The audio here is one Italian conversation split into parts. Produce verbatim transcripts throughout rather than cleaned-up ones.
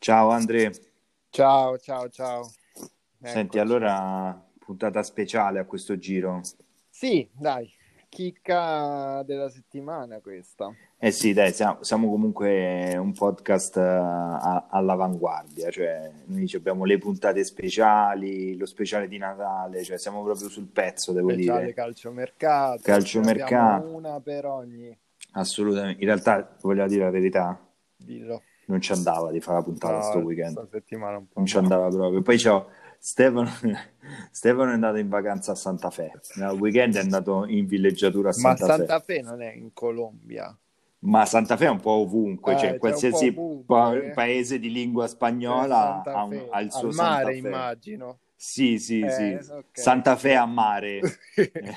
Ciao Andre, Ciao, ciao, ciao. senti Eccoci. allora puntata speciale a questo giro. Sì, dai, chicca della settimana questa. Eh sì, dai, siamo, siamo comunque un podcast eh, a- all'avanguardia, cioè noi ci abbiamo le puntate speciali, lo speciale di Natale, cioè siamo proprio sul pezzo, devo Speciale dire. calciomercato, ne abbiamo Calciomercato, una per ogni. assolutamente. In realtà, voglio dire la verità, Dillo. non ci andava di fare la puntata sto No, weekend. questa settimana un Non po' ci no. andava proprio. Poi c'ho Stefano, Stefano è andato in vacanza a Santa Fe. Nel weekend è andato in villeggiatura a Ma Santa Fe. Santa Fe non è in Colombia. Ma Santa Fe è un po' ovunque, cioè Eh, c'è un po' qualsiasi pa- ovunque. paese di lingua C'è spagnola Santa ha, un- Fe. ha il Al suo Santa mare, Fe. immagino. Sì, sì, sì. Eh, ok, Santa Fe sì. a mare. Eh,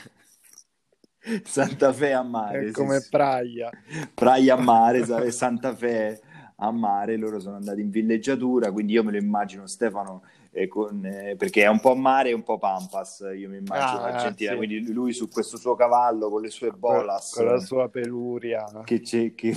Santa Fe a È mare, sì, come sì. Praia. Praia a mare, sa- Santa Fe a mare, loro sono andati in villeggiatura, quindi io me lo immagino Stefano eh, con- eh, perché è un po' mare e un po' Pampas, io mi immagino Ah, l'Argentina, sì. quindi lui su questo suo cavallo con le sue Con bolas con la sua peluria. che c'è, che-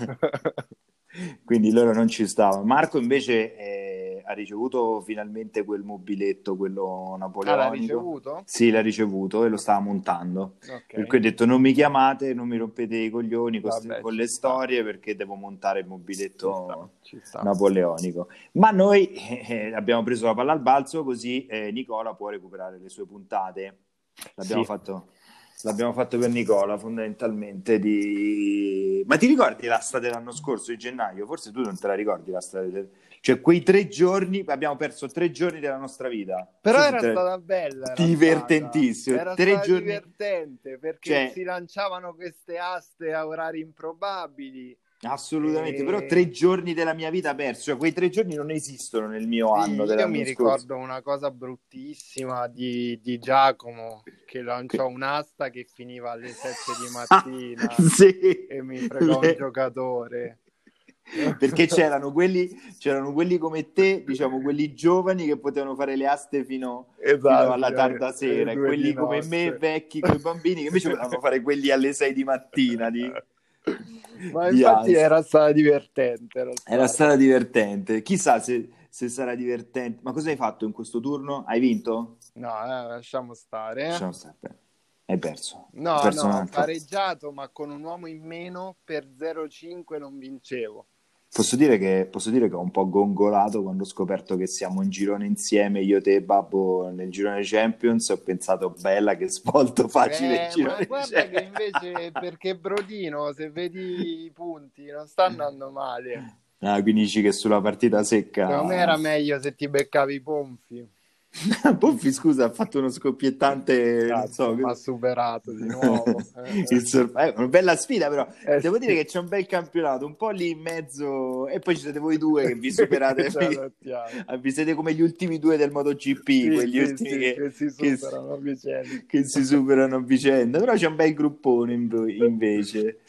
quindi loro non ci stavano. Marco invece eh, ha ricevuto finalmente quel mobiletto, quello Ah, l'ha napoleonico. ricevuto? Sì, l'ha ricevuto e lo stava montando. Per cui Ok, ho detto non mi chiamate, non mi rompete i coglioni con, ste- vabbè, con ci le sta, storie perché devo montare il ci sta, mobiletto ci sta. napoleonico. Ma noi eh, eh, abbiamo preso la palla al balzo così eh, Nicola può recuperare le sue puntate. L'abbiamo Sì, fatto, l'abbiamo fatto per Nicola fondamentalmente. Di... Ma ti ricordi l'asta dell'anno scorso di gennaio? Forse tu non te la ricordi l'asta del... Cioè quei tre giorni, abbiamo perso tre giorni della nostra vita. Non però so se era te la- stata bella, era stata, Divertentissimo. era Tre stata giorni... divertente perché Cioè, si lanciavano queste aste a orari improbabili. assolutamente, però tre E... giorni della mia vita perso, cioè quei tre giorni non esistono nel mio anno Sì, io mi dell'anno scorso. ricordo una cosa bruttissima di, di Giacomo che Che- lanciò un'asta che finiva alle sette di mattina Sì, e mi fregò un Le- giocatore. perché c'erano quelli, c'erano quelli come te, diciamo quelli giovani che potevano fare le aste fino, fino Esatto, alla fino alle, tarda alle sera, e due di quelli come me, notte. vecchi con i bambini, che invece potevano fare quelli alle sei di mattina di, Ma di infatti aste. era stata divertente, era Era stata. stata divertente. Chissà se, se sarà divertente. Ma cosa hai fatto in questo turno? Hai vinto? No, eh, lasciamo stare. Lasciamo eh. stare. Beh, hai perso. Hai No, perso no, un ho altro. pareggiato, ma con un uomo in meno per zero virgola cinque non vincevo. Posso dire che, posso dire che ho un po' gongolato quando ho scoperto che siamo in girone insieme, io, te e Babbo, nel girone Champions. Ho pensato, bella, che svolto facile il Eh, ma girone guarda che invece Champions. perché Brodino, se vedi i punti, non sta andando male. Ah, quindi dici che sulla partita Secondo me era secca. meglio se ti beccavi i ponfi. Boffi, scusa, ha fatto uno scoppiettante, non so, Cazzo, mi ha superato di nuovo. il sor- eh, una bella sfida, però Eh devo dire sì, che c'è un bel campionato, un po' lì in mezzo, e poi ci siete voi due che vi superate, ce la lottiamo. vi siete come gli ultimi due del MotoGP, Sì, quegli sì, ultimi sì, che, che si che- superano a vicenda. che si superano a vicenda, però c'è un bel gruppone in- invece.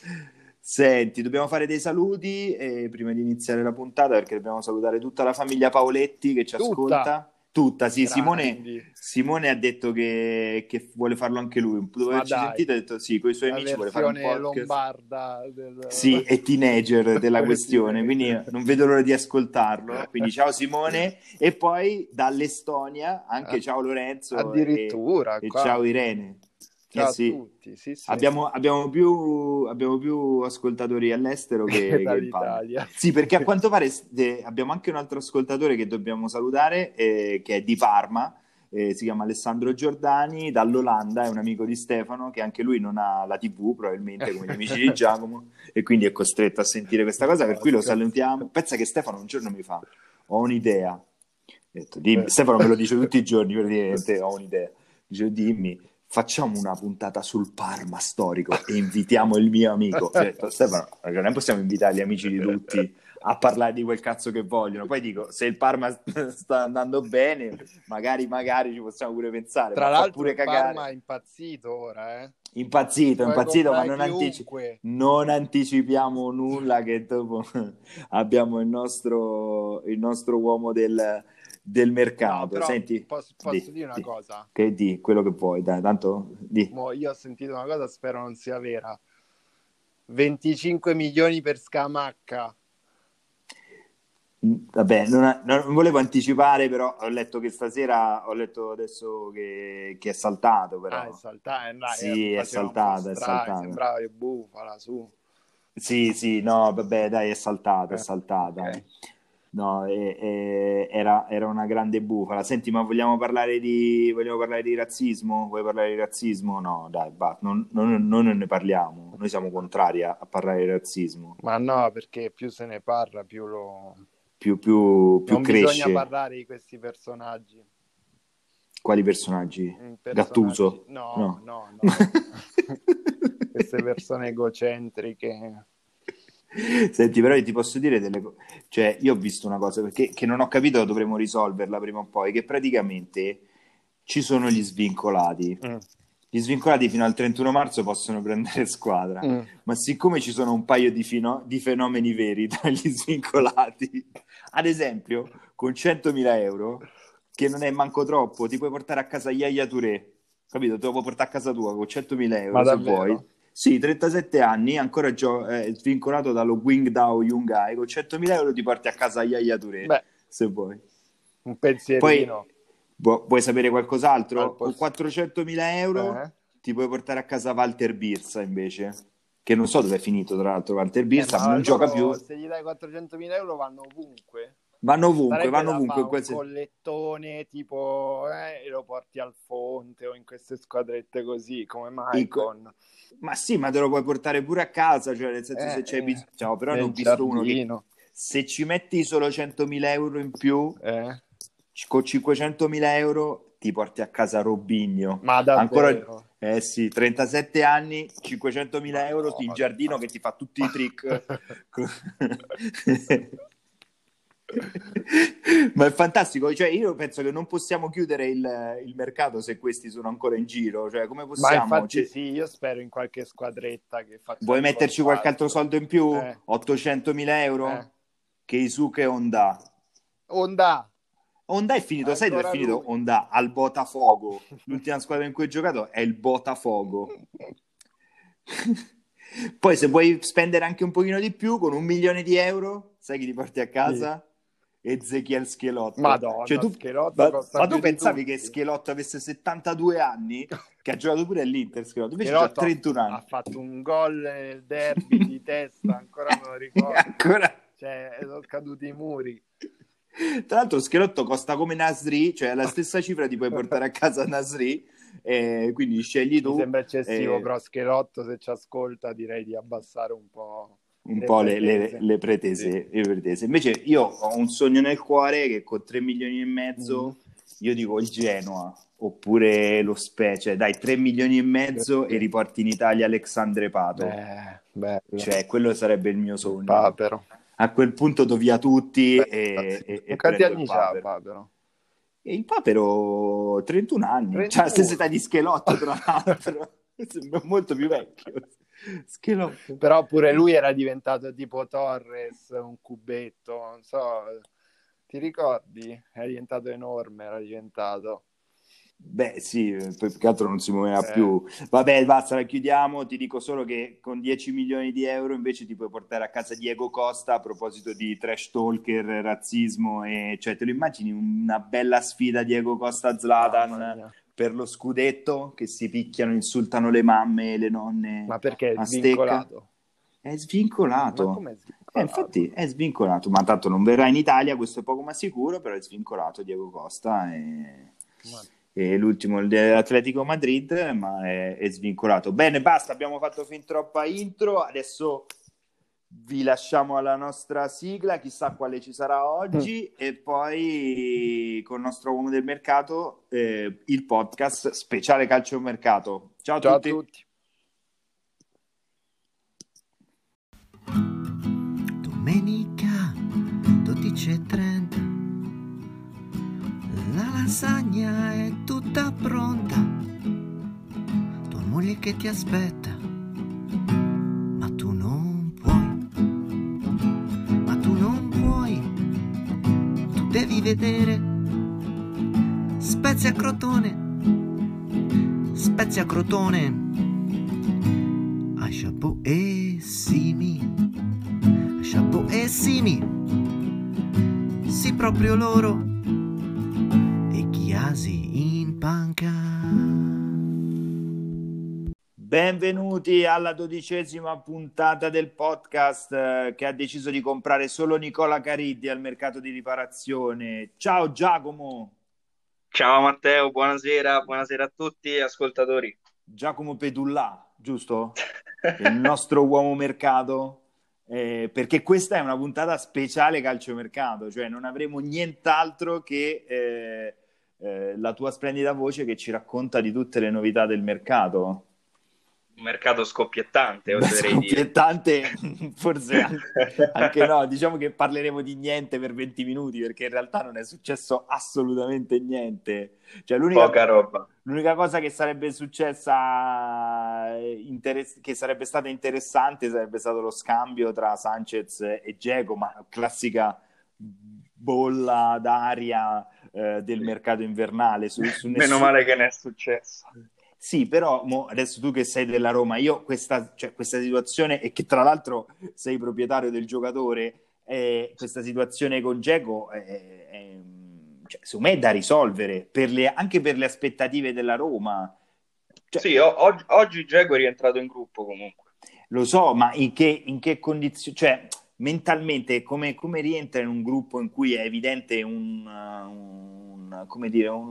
Senti, dobbiamo fare dei saluti eh, prima di iniziare la puntata perché dobbiamo salutare tutta la famiglia Paoletti che ci Tutta, ascolta. Tutta, sì, Simone, grandi. Simone ha detto che, che vuole farlo anche lui. Dopo Ma averci dai, sentito ha detto sì, con i suoi la amici vuole fare un versione podcast. lombarda del... Sì, è teenager della questione, quindi teenager. non vedo l'ora di ascoltarlo. Quindi ciao Simone e poi dall'Estonia anche ciao Lorenzo e, Addirittura e qua. ciao Irene. Eh Ciao a sì, tutti, sì, sì, abbiamo, abbiamo più, abbiamo più ascoltatori all'estero che, che in Italia. dall'Italia. Sì, perché a quanto pare eh, abbiamo anche un altro ascoltatore che dobbiamo salutare, eh, che è di Parma, eh, si chiama Alessandro Giordani, dall'Olanda, è un amico di Stefano, che anche lui non ha la T V, probabilmente come gli amici di Giacomo, e quindi è costretto a sentire questa cosa, per cui lo Podcast. salutiamo. Pensa che Stefano un giorno mi fa, ho un'idea. Ho detto, dimmi. Eh. Stefano me lo dice tutti i giorni, praticamente, ho un'idea. Dice, dimmi, facciamo una puntata sul Parma storico e invitiamo il mio amico. Io ho detto, Stefano, non possiamo invitare gli amici di tutti a parlare di quel cazzo che vogliono. Poi dico, se il Parma sta andando bene, magari, magari ci possiamo pure pensare, Tra ma fa l'altro pure il Parma cagare. è impazzito ora, eh. Impazzito, Puoi impazzito, ma comprare non, antici- chiunque. non anticipiamo nulla che dopo abbiamo il nostro, il nostro uomo del, del No, mercato. però Senti, posso, posso di, dire una di, cosa. che di, quello che vuoi, dai, tanto di. Mo io ho sentito una cosa, spero non sia vera. venticinque milioni per Scamacca. Vabbè, non, ha- non volevo anticipare, però ho letto che stasera, ho letto adesso che, che è saltato, Ah, è però. saltata, dai, eh, Sì, è faceva un po' saltata, è strano, saltata. sembrava che bufala su. Sì, sì, no, vabbè, dai, è saltata, è Eh, saltata. ok. No, e- e- era, era una grande bufala. Senti, ma vogliamo parlare di, vogliamo parlare di razzismo? Vuoi parlare di razzismo? No, dai, va, non, non- non ne parliamo. Noi siamo contrari a, a parlare di razzismo. Ma no, perché più se ne parla, più lo... Più, più, più Non bisogna cresce. parlare di questi personaggi. Quali personaggi? Mm, Personaggi... Gattuso? No, No. no, no. Queste persone egocentriche. Senti, però io ti posso dire delle cose. Cioè, io ho visto una cosa perché che non ho capito, dovremo risolverla prima o poi, che praticamente ci sono gli svincolati. Mm, Gli svincolati fino al trentuno marzo possono prendere squadra, mm. ma siccome ci sono un paio di, fino- di fenomeni veri tra gli svincolati, ad esempio, con centomila euro, che non è manco troppo, ti puoi portare a casa Yaya Touré, capito? Te lo puoi portare a casa tua con centomila Ma euro se vuoi. davvero? Sì, trentasette anni, ancora gio- eh, svincolato dallo Qingdao Yungai, con centomila euro ti porti a casa Yaya Touré, Beh, se vuoi. un Poi pensierino vu- vuoi sapere al qualcos'altro? Con posto. quattrocentomila euro Eh? ti puoi portare a casa Walter Birsa invece, che non so dove è finito tra l'altro Walter Eh, Birsa, ma non gioca più. loro se gli dai quattrocentomila euro vanno ovunque. Vanno ovunque, Sarebbe vanno da ovunque fare in un qualsiasi... collettone tipo eh, e lo porti al Fonte o in queste squadrette così come in que- Maicon. Ma sì, ma te lo puoi portare pure a casa, cioè nel senso Eh, se c'hai eh, bisogno... Ciao, però ne ho nel visto uno che giardino. se ci metti solo centomila euro in più, Eh? c- con cinquecentomila euro ti porti a casa Robinho. Ma Ancora, davvero? eh sì, trentasette anni, cinquecentomila euro in Madonna. giardino che ti fa tutti i trick. Ma è fantastico, cioè io penso che non possiamo chiudere il, il mercato se questi sono ancora in giro, cioè come Ma possiamo? infatti Cioè, sì, io spero in qualche squadretta che vuoi facciano metterci qualche altro qualcosa. soldo in più? Eh, ottocentomila eh. euro? Keisuke Honda. Honda, Honda è finito, sai dove è ancora finito lui. Honda? Al Botafogo. L'ultima squadra in cui ho giocato è il Botafogo. Poi se vuoi spendere anche un pochino di più, con un milione di euro, sai chi ti porti a Sì. casa? Ezechiel Schelotto. Cioè, Madonna, tu, Schelotto ma, costa ma più tu di pensavi che tutti. Schelotto avesse settantadue anni? Che ha giocato pure all'Inter, Schelotto. Invece ha Schelotto ha, trentuno ha anni. fatto un gol nel derby di testa, ancora me lo ricordo. Ancora... Cioè, sono caduti i muri. Tra l'altro Schelotto costa come Nasri, cioè la stessa cifra ti puoi portare a casa Nasri, eh, quindi scegli Mi tu sembra eccessivo, eh, però Schelotto se ci ascolta direi di abbassare un po' un le po' le, le- pretese. le Sì. pretese, le pretese. Invece io ho un sogno nel cuore che con tre milioni e Mm. mezzo io dico il Genoa, oppure lo Spezia, cioè dai tre milioni e mezzo e Sì. riporti in Italia Alexandre Pato, Eh, bello. cioè quello sarebbe il mio Il sogno. Papero. A quel punto do via tutti Beh, e, e- e quanti prendo il anni c'ha Papero. Papero? E il Papero trentuno anni, cioè la stessa età trentuno. di Schelotto, tra l'altro. Sembra molto più vecchio. Schelotto. Però pure lui era diventato tipo Torres, un cubetto, non so, ti ricordi? Era diventato enorme, era diventato. Beh, sì, poi più che altro non si muoveva Eh, più. Vabbè, basta, la chiudiamo. Ti dico solo che con dieci milioni di euro invece ti puoi portare a casa Diego Costa a proposito di trash talker, razzismo e cioè te lo immagini una bella sfida Diego mamma Costa-Zlatan mia. per lo scudetto che si picchiano, insultano le mamme e le nonne Ma perché è a stecca? svincolato? È Ma svincolato. com'è Eh, svincolato? infatti è svincolato, ma tanto non verrà in Italia, questo è poco ma sicuro, però è svincolato Diego Costa e, Ma- e l'ultimo il dell'Atletico Madrid, ma è, è svincolato. Bene, basta, abbiamo fatto fin troppa intro, adesso vi lasciamo alla nostra sigla, chissà quale ci sarà oggi, e poi con il nostro uomo del mercato eh, il podcast speciale calciomercato. Ciao a Ciao a tutti. tutti. Domenica dodici e trenta, la lasagna è tutta pronta, tua moglie che ti aspetta, ma tu non puoi, ma tu non puoi, tu devi vedere Spezia Crotone, Spezia Crotone, a Chapeau e Simi, a Chapeau e Simi. proprio loro e Chiasi in panca. Benvenuti alla dodicesima puntata del podcast eh, che ha deciso di comprare solo Nicola Cariddi al mercato di riparazione. Ciao Giacomo! Ciao Matteo, buonasera, buonasera a tutti ascoltatori. Giacomo Pedullà, giusto? Il nostro uomo mercato, eh, perché questa è una puntata speciale calciomercato, cioè non avremo nient'altro che eh, eh, la tua splendida voce che ci racconta di tutte le novità del mercato. Un mercato scoppiettante, Beh, oserei scoppiettante, forse anche, anche no, diciamo che parleremo di niente per venti minuti perché in realtà non è successo assolutamente niente. Cioè, l'unica, Poca roba. L'unica cosa che sarebbe successa, interess- che sarebbe stata interessante, sarebbe stato lo scambio tra Sanchez e Dzeko, ma classica bolla d'aria eh, del mercato invernale. Su, su Meno nessun... male che ne è successo. Sì, però mo, adesso tu che sei della Roma, io questa, cioè, questa situazione, e che tra l'altro sei proprietario del giocatore, eh, questa situazione con Dzeko è, è, cioè, secondo me è da risolvere per le, anche per le aspettative della Roma. Cioè, sì, o- oggi, oggi Dzeko è rientrato in gruppo comunque. Lo so, ma in che, in che condizioni, cioè mentalmente come, come rientra in un gruppo in cui è evidente un, un come dire, un,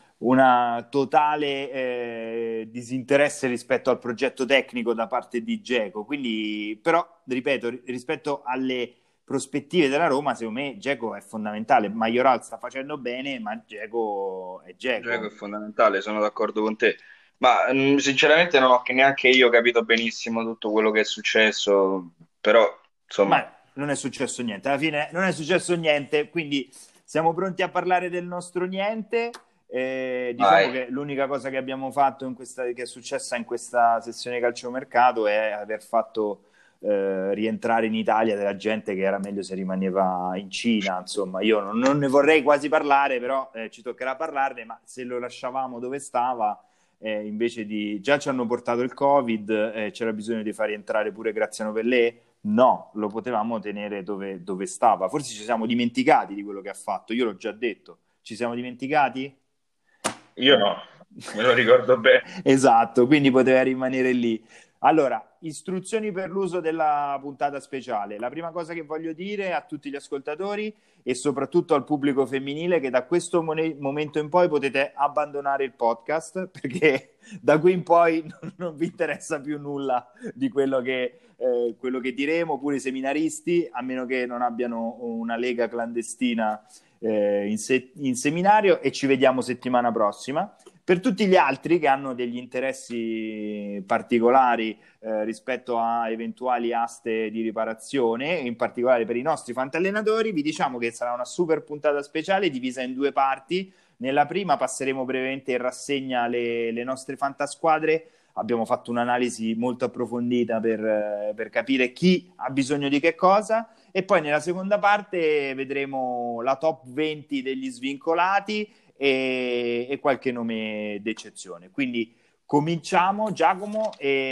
una totale eh, disinteresse rispetto al progetto tecnico da parte di Dzeko. Quindi, però, ripeto, rispetto alle prospettive della Roma, secondo me Dzeko è fondamentale. Majoral sta facendo bene, ma Dzeko è Dzeko. Dzeko è fondamentale, sono d'accordo con te. Ma mh, sinceramente non ho che neanche io capito benissimo tutto quello che è successo, però insomma... Ma non è successo niente, alla fine non è successo niente, quindi siamo pronti a parlare del nostro niente. Eh, diciamo Vai. che l'unica cosa che abbiamo fatto in questa, che è successa in questa sessione calciomercato è aver fatto eh, rientrare in Italia della gente che era meglio se rimaneva in Cina. Insomma, io non, non ne vorrei quasi parlare, però eh, ci toccherà parlarne, ma se lo lasciavamo dove stava, eh, invece di... già ci hanno portato il Covid, eh, c'era bisogno di far rientrare pure Graziano Pellè. No, lo potevamo tenere dove, dove stava. Forse ci siamo dimenticati di quello che ha fatto. Io l'ho già detto. Ci siamo dimenticati? Io no, me lo ricordo bene. Esatto, quindi poteva rimanere lì. Allora, istruzioni per l'uso della puntata speciale. La prima cosa che voglio dire a tutti gli ascoltatori e soprattutto al pubblico femminile che da questo mo- momento in poi potete abbandonare il podcast perché da qui in poi non, non vi interessa più nulla di quello che, eh, quello che diremo, pure i seminaristi, a meno che non abbiano una lega clandestina eh, in, se- in seminario, e ci vediamo settimana prossima. Per tutti gli altri che hanno degli interessi particolari eh, rispetto a eventuali aste di riparazione, in particolare per i nostri fantallenatori, vi diciamo che sarà una super puntata speciale divisa in due parti. Nella prima passeremo brevemente in rassegna le, le nostre fantasquadre. Abbiamo fatto un'analisi molto approfondita per, eh, per capire chi ha bisogno di che cosa, e poi nella seconda parte vedremo la top venti degli svincolati e, e qualche nome d'eccezione. Quindi cominciamo, Giacomo,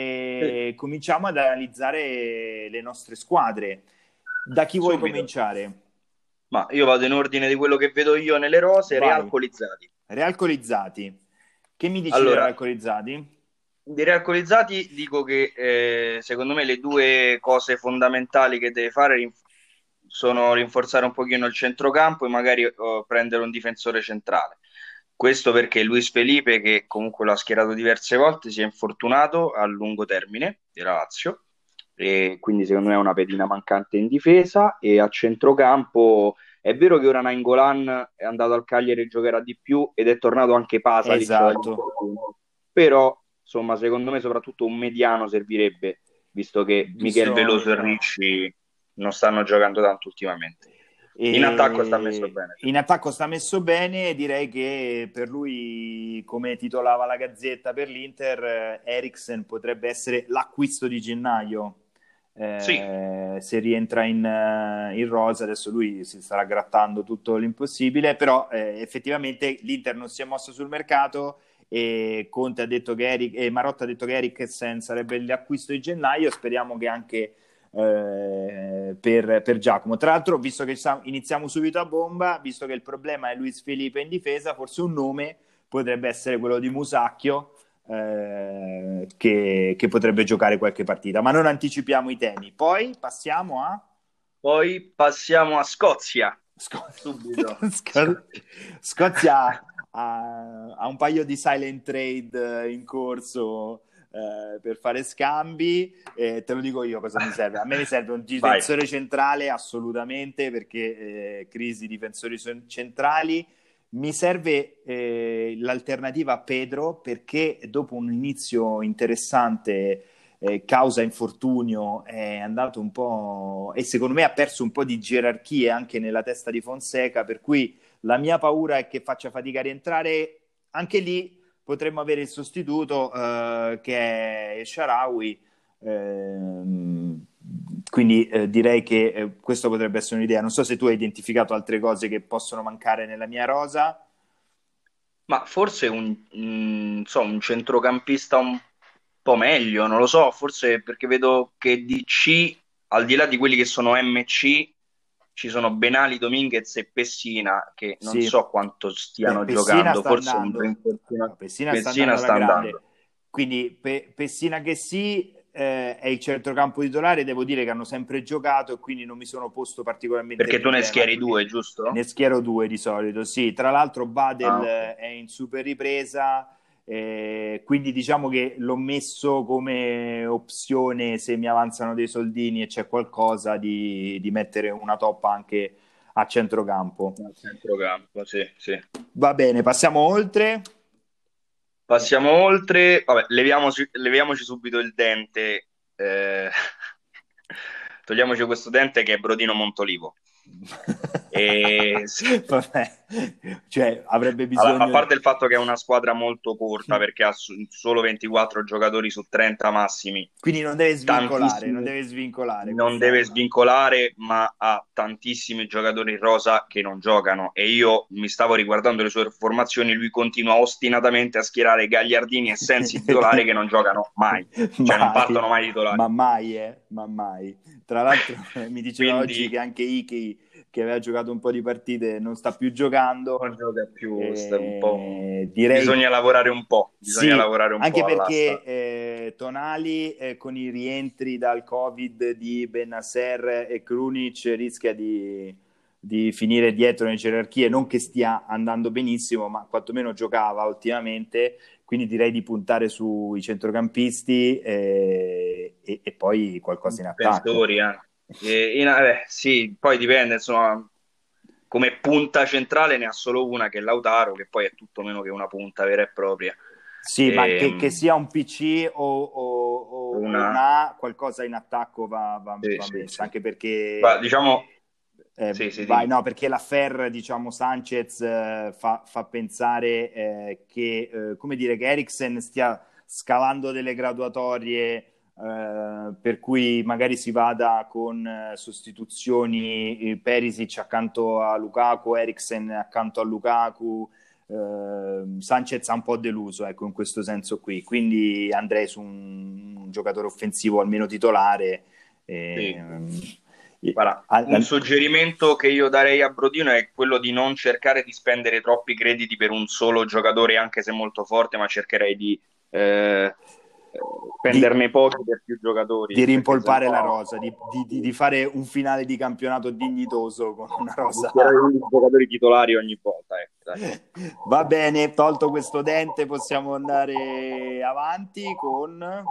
e sì. cominciamo ad analizzare le nostre squadre. Da chi vuoi Subito. cominciare? Ma io vado in ordine di quello che vedo io nelle rose. Vai. Realcolizzati. Realcolizzati. Che mi dici Allora, dei realcolizzati? Di realcolizzati dico che eh, secondo me le due cose fondamentali che deve fare rinf- sono rinforzare un pochino il centrocampo e magari oh, prendere un difensore centrale. Questo perché Luis Felipe, che comunque l'ha schierato diverse volte, si è infortunato a lungo termine della Lazio, e quindi secondo me è una pedina mancante in difesa. E a centrocampo è vero che ora Nainggolan è andato al Cagliari e giocherà di più ed è tornato anche Pasalic, esatto. però insomma secondo me soprattutto un mediano servirebbe, visto che Visto... Michel Veloso e Ricci non stanno giocando tanto ultimamente. E... In attacco sta messo bene. In attacco sta messo bene, direi che per lui, come titolava la Gazzetta per l'Inter, Eriksen potrebbe essere l'acquisto di gennaio. Eh, sì. Se rientra in, in rosa, adesso lui si starà grattando tutto l'impossibile, però eh, effettivamente l'Inter non si è mosso sul mercato e Conte ha detto che Eric, e Marotta ha detto che Eriksen sarebbe l'acquisto di gennaio. Speriamo che anche eh, per, per Giacomo. Tra l'altro, visto che iniziamo subito a bomba, visto che il problema è Luis Felipe in difesa, forse un nome potrebbe essere quello di Musacchio, eh, che, che potrebbe giocare qualche partita, ma non anticipiamo i temi. Poi passiamo a Poi passiamo a Scozia. Sco- Subito. Sco- Scozia ha, ha un paio di silent trade in corso, eh, per fare scambi, eh, te lo dico io cosa mi serve. A me mi serve un difensore Vai. centrale assolutamente, perché eh, crisi difensori centrali. Mi serve eh, l'alternativa a Pedro, perché dopo un inizio interessante, eh, causa infortunio, è andato un po', e secondo me ha perso un po' di gerarchie anche nella testa di Fonseca, per cui la mia paura è che faccia fatica a rientrare. Anche lì potremmo avere il sostituto, eh, che è El Shaarawy, ehm, quindi eh, direi che eh, questo potrebbe essere un'idea. Non so se tu hai identificato altre cose che possono mancare nella mia rosa. Ma forse un, mm, so, un centrocampista un po' meglio, non lo so, forse perché vedo che D C, al di là di quelli che sono M C, ci sono Benali, Dominguez e Pessina, che non Sì, so quanto Pe- stiano Pessina giocando, sta forse un andando, rinforzino- Pessina sta andando Pessina alla sta grande, andando. quindi Pe- Pessina che sì, eh, è il centrocampo titolare. Devo dire che hanno sempre giocato e quindi non mi sono posto particolarmente il Perché tu ne problema. schieri due, giusto? Ne schiero due di solito, sì. Tra l'altro Badel Ah, ok. è in super ripresa, eh, quindi diciamo che l'ho messo come opzione, se mi avanzano dei soldini e c'è qualcosa, di, di mettere una toppa anche a centrocampo. Al centrocampo, sì, sì. Va bene, passiamo oltre. Passiamo oltre, vabbè, leviamoci, leviamoci subito il dente, eh, togliamoci questo dente che è Brodino Montolivo. E, sì. Vabbè, cioè avrebbe Allora, a bisogno. parte il fatto che è una squadra molto corta perché ha su- solo ventiquattro giocatori su trenta massimi, Quindi non deve svincolare, non tantissimi, deve svincolare non deve quest'anno. svincolare, ma ha tantissimi giocatori in rosa che non giocano. E io mi stavo riguardando le sue formazioni, lui continua ostinatamente a schierare Gagliardini e Sensi titolari che non giocano mai, cioè non Mai, partono mai titolari. ma mai, eh, ma mai. Tra l'altro mi diceva oggi Quindi che anche Iki, che aveva giocato un po' di partite, non sta più giocando. non gioca più, sta un po'. Eh, direi Bisogna lavorare un po', bisogna sì, lavorare un anche po' perché all'asta. eh, Tonali, eh, con i rientri dal Covid di Bennacer e Krunic, rischia di, di finire dietro nelle gerarchie. Non che stia andando benissimo, ma quantomeno giocava ultimamente, quindi direi di puntare sui centrocampisti, eh, e, e poi qualcosa in attacco. Difensori, eh. E in- eh, sì, poi dipende, insomma, come punta centrale ne ha solo una che è Lautaro, che poi è tutto meno che una punta vera e propria. Sì, ma che, che Ehm, sia un P C o, o, o- o una... una A, qualcosa in attacco va, va, Sì, va sì, messa, sì. anche Guarda, perché diciamo, eh, sì, sì, vai, dimmi. no, perché la Fer, diciamo, Sanchez, eh, fa, fa pensare, eh, che, eh, come dire, che Eriksen stia scalando delle graduatorie, eh, per cui magari si vada con eh, sostituzioni, eh, Perisic accanto a Lukaku, Eriksen accanto a Lukaku. eh, Sanchez ha un po' deluso, ecco, in questo senso qui, quindi andrei su un, un giocatore offensivo almeno titolare. Sì. ehm, Guarda, al- un al- suggerimento che io darei a Brodino è quello di non cercare di spendere troppi crediti per un solo giocatore, anche se molto forte, ma cercherei di eh, eh, di, spenderne pochi per più di giocatori, perché rimpolpare la sennò rosa, di, di- di- di fare un finale di campionato dignitoso con una di schierare rosa. undici giocatori titolari ogni volta. Ecco, dai. Va bene, tolto questo dente, possiamo andare avanti con...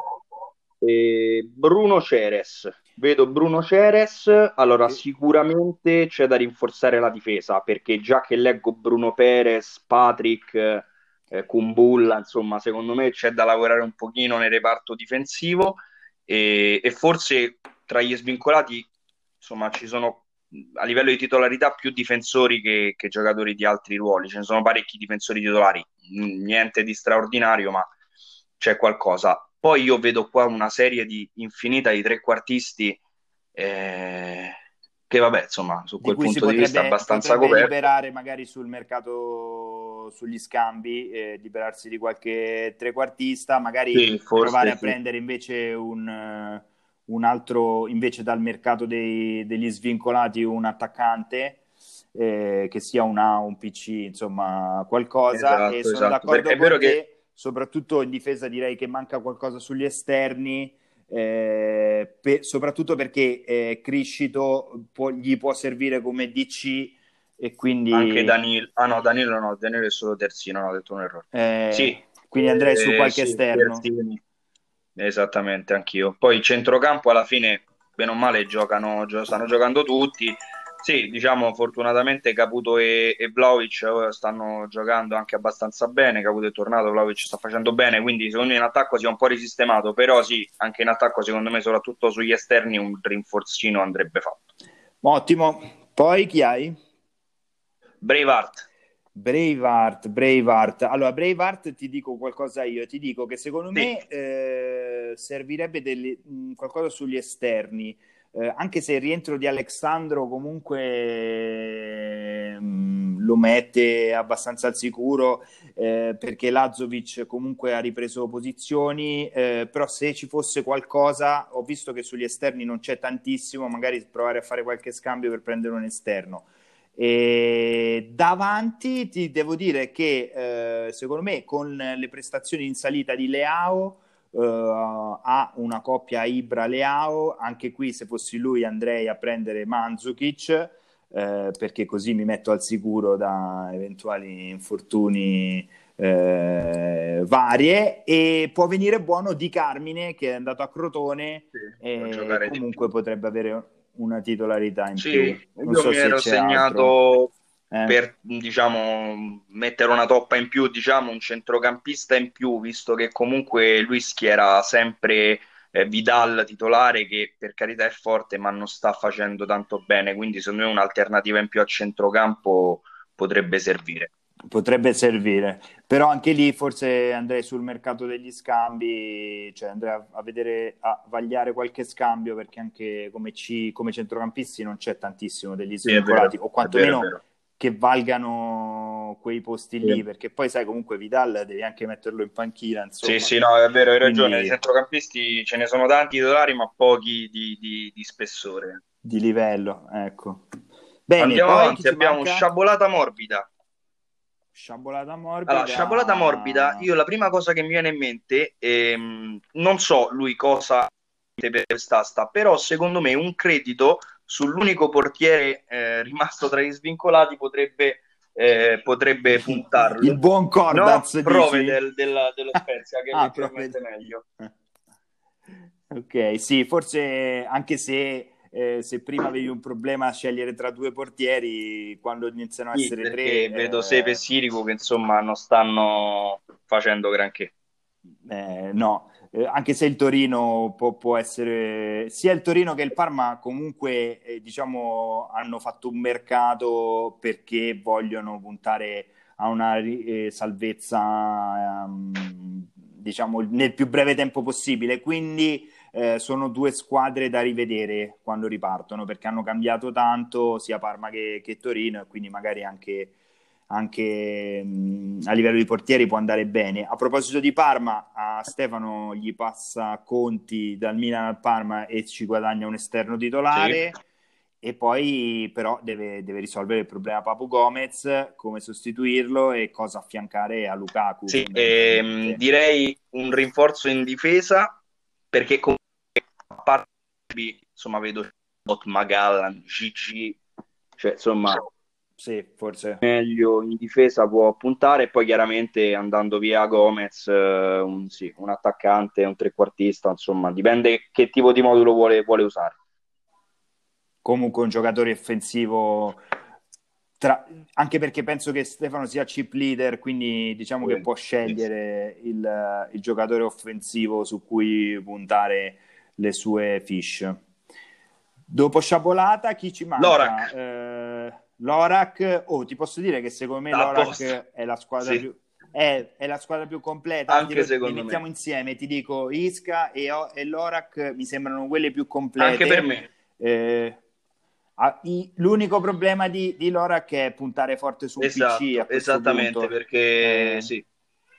E Bruno Ceres, vedo Bruno Ceres, allora che- sicuramente c'è da rinforzare la difesa perché già che leggo Bruno Perez, Patrick, eh, Kumbulla, insomma secondo me c'è da lavorare un pochino nel reparto difensivo e, e forse tra gli svincolati insomma ci sono a livello di titolarità più difensori che, che giocatori di altri ruoli, ce ne sono parecchi difensori titolari, niente di straordinario ma c'è qualcosa. Poi io vedo qua una serie di infinita di trequartisti eh, che vabbè, insomma, su di quel cui si punto di vista è potrebbe, abbastanza potrebbe coperto. liberare magari sul mercato, sugli scambi, eh, liberarsi di qualche trequartista, magari Sì, provare forse a sì. prendere invece un, eh, un altro, invece dal mercato dei, degli svincolati, un attaccante, eh, che sia un A, un P C, insomma qualcosa, e Esatto, sono esatto. d'accordo Perché è con vero te, che soprattutto in difesa direi che manca qualcosa sugli esterni, eh, per, soprattutto perché eh, Criscito può, gli può servire come D C e anche quindi, Danilo, ah no, Danilo no, Danilo è solo terzino, no, ho detto un errore. Sì, eh, quindi andrei su eh, qualche sì, esterno. terzini. Esattamente, anch'io. Poi il centrocampo alla fine, bene o male, giocano, gio- stanno giocando tutti. Sì, diciamo, fortunatamente Caputo e, e Vlahovic eh, stanno giocando anche abbastanza bene. Caputo è tornato, Vlahovic sta facendo bene, quindi secondo me in attacco si è un po' risistemato, però sì, anche in attacco secondo me, soprattutto sugli esterni, un rinforzino andrebbe fatto. Ottimo. Poi chi hai? Braveheart, Braveheart, Braveheart. Allora, Braveheart ti dico qualcosa io, ti dico che secondo sì, me eh, servirebbe delle- mh, qualcosa sugli esterni, eh, anche se il rientro di Alexandro comunque mh, lo mette abbastanza al sicuro, eh, perché Lazovic comunque ha ripreso posizioni, eh, però se ci fosse qualcosa, ho visto che sugli esterni non c'è tantissimo, magari provare a fare qualche scambio per prendere un esterno. E davanti ti devo dire che eh, secondo me con le prestazioni in salita di Leao eh, ha una coppia Ibra-Leao, anche qui se fossi lui andrei a prendere Mandzukic, eh, perché così mi metto al sicuro da eventuali infortuni eh, varie, e può venire buono Di Carmine che è andato a Crotone sì, può e giocare di comunque più. potrebbe avere una titolarità in Sì, più. Non io so mi se ero c'è altro. segnato Eh? per, diciamo, mettere una toppa in più, diciamo, un centrocampista in più, visto che comunque lui schiera sempre eh, Vidal titolare, che per carità è forte, ma non sta facendo tanto bene, quindi secondo me un'alternativa in più a centrocampo potrebbe servire. Potrebbe servire, però anche lì forse andrei sul mercato degli scambi, cioè andrei a, a vedere, a vagliare qualche scambio, perché anche come, C, come centrocampisti non c'è tantissimo degli Sì, è svincolati, vero, o è vero, è quantomeno vero. che valgano quei posti lì, Sì. perché poi sai comunque Vidal devi anche metterlo in panchina, Sì, insomma, sì, no, è vero, hai ragione. Dei quindi centrocampisti ce ne sono tanti titolari, ma pochi di, di- di spessore. di livello, ecco. Bene, Andiamo poi chi avanti, ci abbiamo manca? Sciabolata morbida. Sciabolata Allora, sciabolata morbida, morbida. io la prima cosa che mi viene in mente, ehm, non so lui cosa per quest'asta, però secondo me un credito sull'unico portiere eh, rimasto tra gli svincolati potrebbe, eh, potrebbe Il puntarlo. buon No, Cordaz, prove dici? del- della- dello Spezia, che è Ah, proprio. leggermente meglio. Ok, sì, forse anche se, eh, se prima avevi un problema a scegliere tra due portieri, quando iniziano a Sì, essere tre, perché vedo Sepe e eh, Sirigu che insomma non stanno facendo granché. eh, no. Eh, anche se il Torino può, può essere, sia il Torino che il Parma comunque, eh, diciamo, hanno fatto un mercato perché vogliono puntare a una ri- eh, salvezza, ehm, diciamo, nel più breve tempo possibile. Quindi eh, sono due squadre da rivedere quando ripartono, perché hanno cambiato tanto sia Parma che, che Torino, e quindi magari anche, anche mh, a livello di portieri può andare bene. A proposito di Parma, a Stefano gli passa Conti dal Milan al Parma e ci guadagna un esterno Sì, titolare. E poi però deve, deve risolvere il problema Papu Gomez, come sostituirlo e cosa affiancare a Lukaku sì, ehm, fondamentalmente. direi un rinforzo in difesa perché comunque a parte insomma vedo Bot Magallan, G G, cioè insomma Sì, forse. meglio in difesa può puntare e poi chiaramente andando via Gomez, eh, un, sì, un attaccante, un trequartista, insomma dipende che tipo di modulo vuole, vuole usare. Comunque un giocatore offensivo, tra- anche perché penso che Stefano sia chip leader, quindi diciamo che Sì, può sì, sì. scegliere il, il giocatore offensivo su cui puntare le sue fish. Dopo Sciabolata, chi ci manca? Lorac, Eh, Lorac. Oh, ti posso dire che secondo me a posto, Lorac è la squadra sì, più, è, è la squadra più completa. anche Glielo- le secondo mettiamo me, insieme, ti dico Isca e, O- e Lorac mi sembrano quelle più anche per complete. me. Eh, ah, i- l'unico problema di, di Lorac è puntare forte su un P C a Esatto, questo esattamente, punto. perché Eh, sì.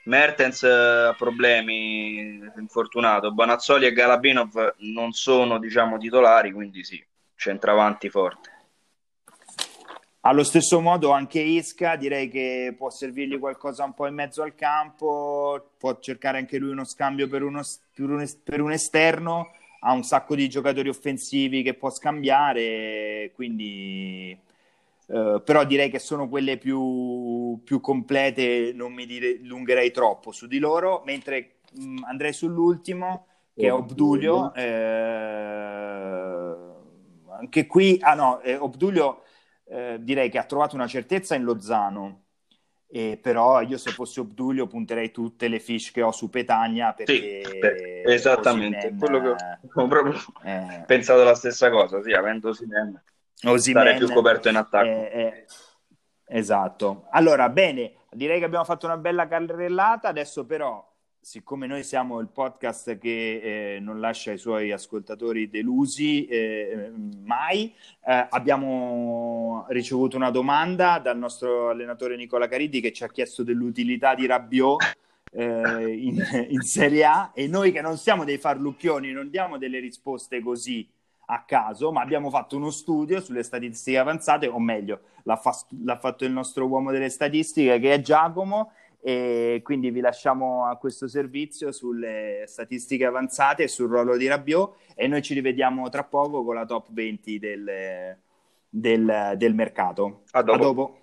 Mertens eh, ha problemi, infortunato. Bonazzoli e Galabinov non sono, diciamo, titolari, quindi sì, centravanti forte. Allo stesso modo anche Isca direi che può servirgli qualcosa un po' in mezzo al campo, può cercare anche lui uno scambio per, uno, per, un, per un esterno, ha un sacco di giocatori offensivi che può scambiare, quindi eh, però direi che sono quelle più, più complete, non mi dire, dilungherei troppo su di loro, mentre mh, andrei sull'ultimo che è Obdulio, eh, anche qui, ah no, eh, Obdulio eh, direi che ha trovato una certezza in Lozano, eh, però io se fossi Obdulio punterei tutte le fiche che ho su Petagna perché Sì, beh, esattamente, Osimhen, quello che ho, ho proprio eh, pensato la stessa cosa, sì, avendo Osimhen, stare più Osimhen coperto in attacco. eh, eh, esatto. Allora, bene, direi che abbiamo fatto una bella carrellata, adesso però siccome noi siamo il podcast che eh, non lascia i suoi ascoltatori delusi eh, mai, eh, abbiamo ricevuto una domanda dal nostro allenatore Nicola Cariddi che ci ha chiesto dell'utilità di Rabiot eh, in, in Serie A, e noi che non siamo dei farlucchioni non diamo delle risposte così a caso, ma abbiamo fatto uno studio sulle statistiche avanzate, o meglio, l'ha, fa- l'ha fatto il nostro uomo delle statistiche che è Giacomo, e quindi vi lasciamo a questo servizio sulle statistiche avanzate e sul ruolo di Rabiot, e noi ci rivediamo tra poco con la top venti del, del, del mercato. A dopo. A dopo.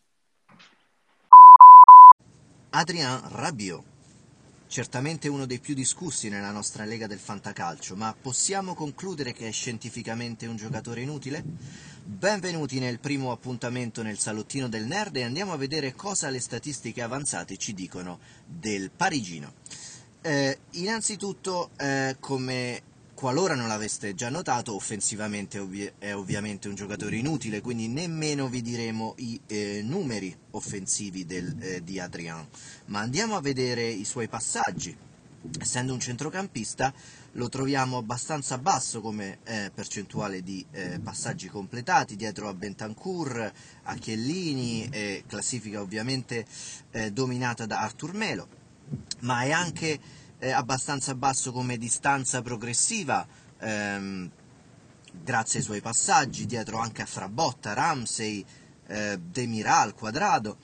Adrien Rabiot, certamente uno dei più discussi nella nostra lega del fantacalcio, ma possiamo concludere che è scientificamente un giocatore inutile? Benvenuti nel primo appuntamento nel salottino del nerd e andiamo a vedere cosa le statistiche avanzate ci dicono del parigino. Eh, innanzitutto, eh, come qualora non l'aveste già notato, offensivamente ovvi- è ovviamente un giocatore inutile, quindi nemmeno vi diremo i eh, numeri offensivi del, eh, di Adrien, ma andiamo a vedere i suoi passaggi. Essendo un centrocampista lo troviamo abbastanza basso come eh, percentuale di eh, passaggi completati, dietro a Bentancur, a Chiellini, eh, classifica ovviamente eh, dominata da Artur Melo, ma è anche eh, abbastanza basso come distanza progressiva, ehm, grazie ai suoi passaggi, dietro anche a Frabotta, Ramsey, eh, Demiral, Quadrado,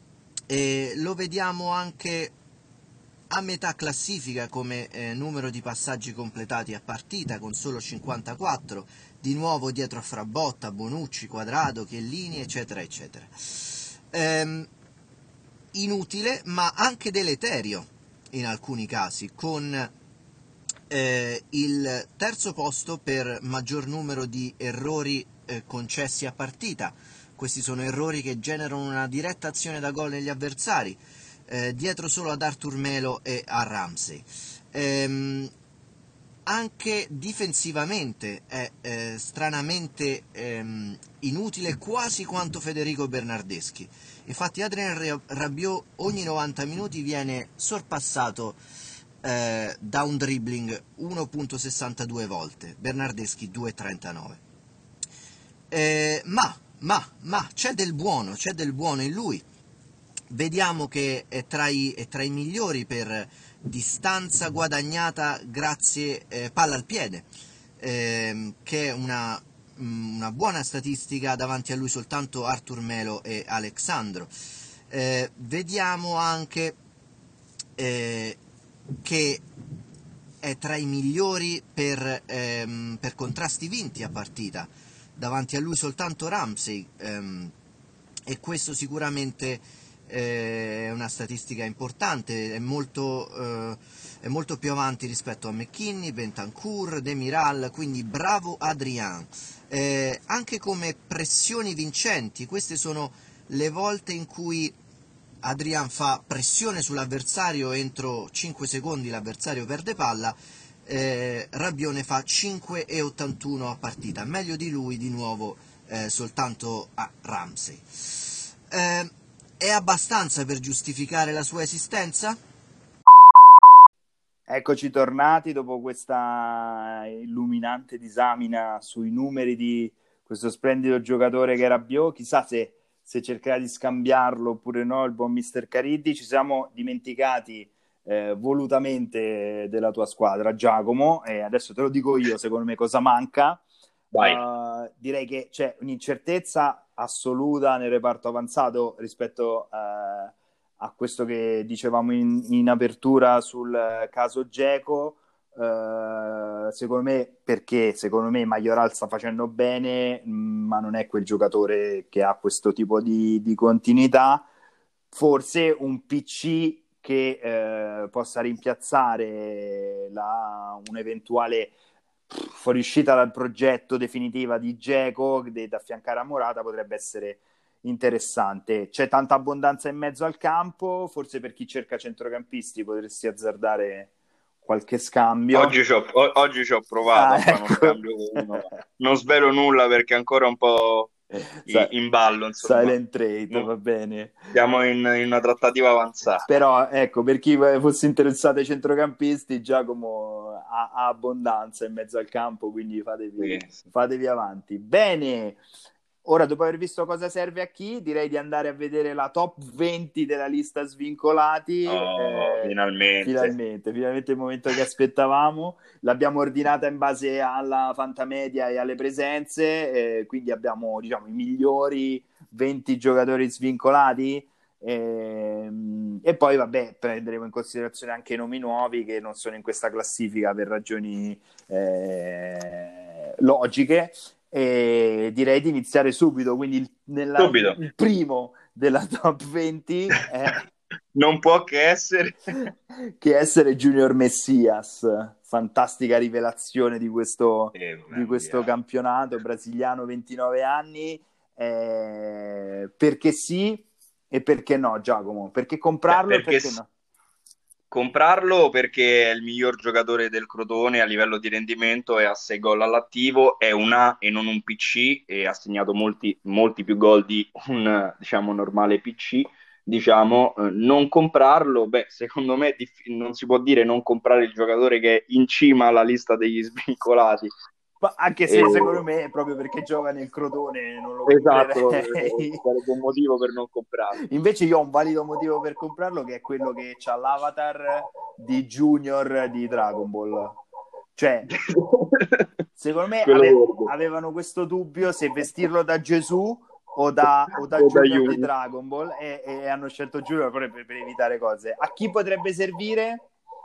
e lo vediamo anche a metà classifica come eh, numero di passaggi completati a partita, con solo cinquantaquattro, di nuovo dietro a Frabotta, Bonucci, Quadrado, Chiellini, eccetera, eccetera. Ehm, inutile, ma anche deleterio in alcuni casi, con eh, il terzo posto per maggior numero di errori eh, concessi a partita. Questi sono errori che generano una diretta azione da gol negli avversari, eh, dietro solo ad Artur Melo e a Ramsey. Ehm, anche difensivamente è eh, stranamente ehm, inutile, quasi quanto Federico Bernardeschi. Infatti Adrien Rabiot ogni novanta minuti viene sorpassato eh, da un dribbling uno virgola sessantadue volte, Bernardeschi due virgola trentanove. Eh, ma, ma, ma c'è del buono, c'è del buono in lui. Vediamo che è tra i, è tra i migliori per distanza guadagnata grazie eh, palla al piede, ehm, che è una, una buona statistica, davanti a lui soltanto Artur Melo e Alexandro. Eh, vediamo anche eh, che è tra i migliori per, ehm, per contrasti vinti a partita, davanti a lui soltanto Ramsey, ehm, e questo sicuramente è una statistica importante, è molto, eh, è molto più avanti rispetto a McKinney, Bentancur, Demiral, quindi bravo Adrien. Eh, anche come pressioni vincenti, queste sono le volte in cui Adrien fa pressione sull'avversario, entro cinque secondi l'avversario perde palla, eh, Rabiot ne fa cinque virgola ottantuno a partita, meglio di lui di nuovo eh, soltanto a Ramsey. Eh, È abbastanza per giustificare la sua esistenza? Eccoci tornati dopo questa illuminante disamina sui numeri di questo splendido giocatore che è Rabiot. Chissà se, se cercherà di scambiarlo oppure no, il buon mister Cariddi. Ci siamo dimenticati eh, volutamente della tua squadra, Giacomo, e adesso te lo dico io, secondo me cosa manca. Uh, direi che c'è un'incertezza assoluta nel reparto avanzato rispetto uh, a questo che dicevamo in, in apertura sul caso Dzeko. Uh, secondo me, perché secondo me Majoral sta facendo bene, ma non è quel giocatore che ha questo tipo di, di continuità. Forse un P C che eh, possa rimpiazzare la, un'eventuale fuoriuscita dal progetto definitiva di Dzeko da affiancare a Morata potrebbe essere interessante. C'è tanta abbondanza in mezzo al campo, forse per chi cerca centrocampisti potresti azzardare qualche scambio. Oggi ci ho, o- oggi ci ho provato Ah, a fare uno ecco. scambio con uno, ma non svelo nulla perché è ancora un po' i- in ballo, insomma. Silent trade, No, va bene. siamo in, in una trattativa avanzata. Però ecco, per chi fosse interessato ai centrocampisti, Giacomo ha, ha abbondanza in mezzo al campo, quindi fatevi, Sì. fatevi avanti. Bene, ora dopo aver visto cosa serve a chi, direi di andare a vedere la top venti della lista svincolati. Oh, Eh, finalmente. finalmente, finalmente il momento che aspettavamo. L'abbiamo ordinata in base alla fantamedia e alle presenze, eh, quindi abbiamo, diciamo, i migliori venti giocatori svincolati. E, e poi vabbè, prenderemo in considerazione anche i nomi nuovi che non sono in questa classifica per ragioni eh, logiche, e direi di iniziare subito. Quindi il, nella, Subito. il primo della top venti è non può che essere che essere Junior Messias, fantastica rivelazione di questo, eh, di questo campionato brasiliano, ventinove anni, eh, perché sì e perché no, Giacomo? Perché comprarlo Beh, e perché perché no? comprarlo perché è il miglior giocatore del Crotone a livello di rendimento e ha sei gol all'attivo, è un A e non un P C e ha segnato molti, molti più gol di un, diciamo, normale P C. Diciamo, eh, non comprarlo, beh, secondo me diff- non si può dire non comprare il giocatore che è in cima alla lista degli svincolati. Ma anche se E- secondo me proprio perché gioca nel Crotone non lo Esatto, comprerei. eh, sarebbe un motivo per non comprarlo. Invece io ho un valido motivo per comprarlo, che è quello che c'ha l'avatar di Junior di Dragon Ball. Cioè, secondo me Quello ave- verde. avevano questo dubbio se vestirlo da Gesù o da, o da O da Junior di Junior. Dragon Ball, e, e hanno scelto Junior per, per evitare cose. A chi potrebbe servire?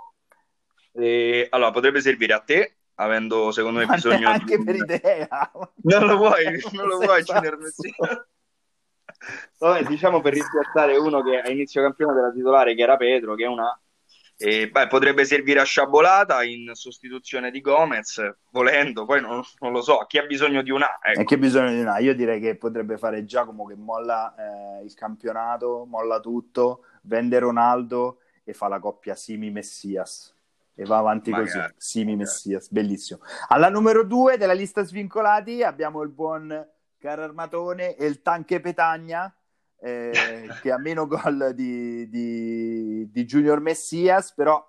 E, allora, potrebbe servire a te, avendo secondo me Ma bisogno di neanche un... per idea. Non lo vuoi, non lo Sei vuoi, pazzo. Junior Messina? Vabbè, diciamo per rimpiazzare uno che a inizio campionato era titolare, che era Pedro, che è una... E, beh, potrebbe servire a Sciabolata in sostituzione di Gomez, volendo, poi non, non lo so, chi ha bisogno di una... E Ecco. che bisogno di una? Io direi che potrebbe fare Giacomo, che molla eh, il campionato, molla tutto, vende Ronaldo e fa la coppia Simi-Messias. E va avanti Magari, così. Simi magari. Messias, bellissimo. Alla numero due della lista svincolati abbiamo il buon caro Armatone e il Tanque Petagna, eh, che ha meno gol di, di, di Junior Messias, però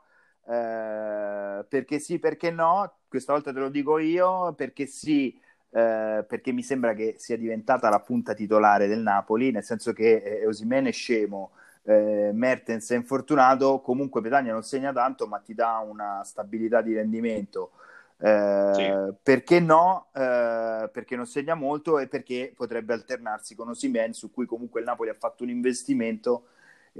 eh, perché sì, perché no? Questa volta te lo dico io, perché sì, eh, perché mi sembra che sia diventata la punta titolare del Napoli, nel senso che eh, Osimhen è scemo, eh, Mertens è infortunato, comunque Petagna non segna tanto, ma ti dà una stabilità di rendimento. Eh, Sì. Perché no? Eh, perché non segna molto e perché potrebbe alternarsi con Osimhen, su cui comunque il Napoli ha fatto un investimento,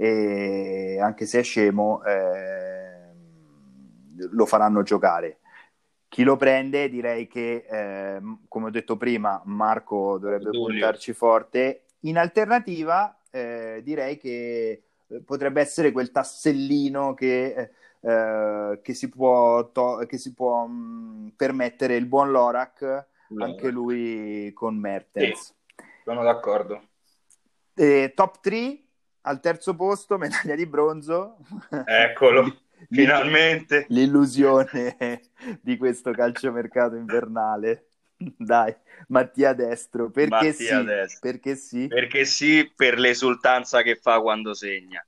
e anche se è scemo eh, lo faranno giocare. Chi lo prende? Direi che eh, come ho detto prima, Marco dovrebbe Giulio. puntarci forte. In alternativa eh, direi che potrebbe essere quel tassellino che, eh, che si può, to- che si può mh, permettere il buon Lorak, anche lui con Mertens. Sì, sono d'accordo. E top tre, al terzo posto, medaglia di bronzo. Eccolo, L- finalmente. L'illusione di questo calciomercato invernale. Dai, Mattia Destro, perché Mattia sì, Destro. perché sì? Perché sì, per l'esultanza che fa quando segna.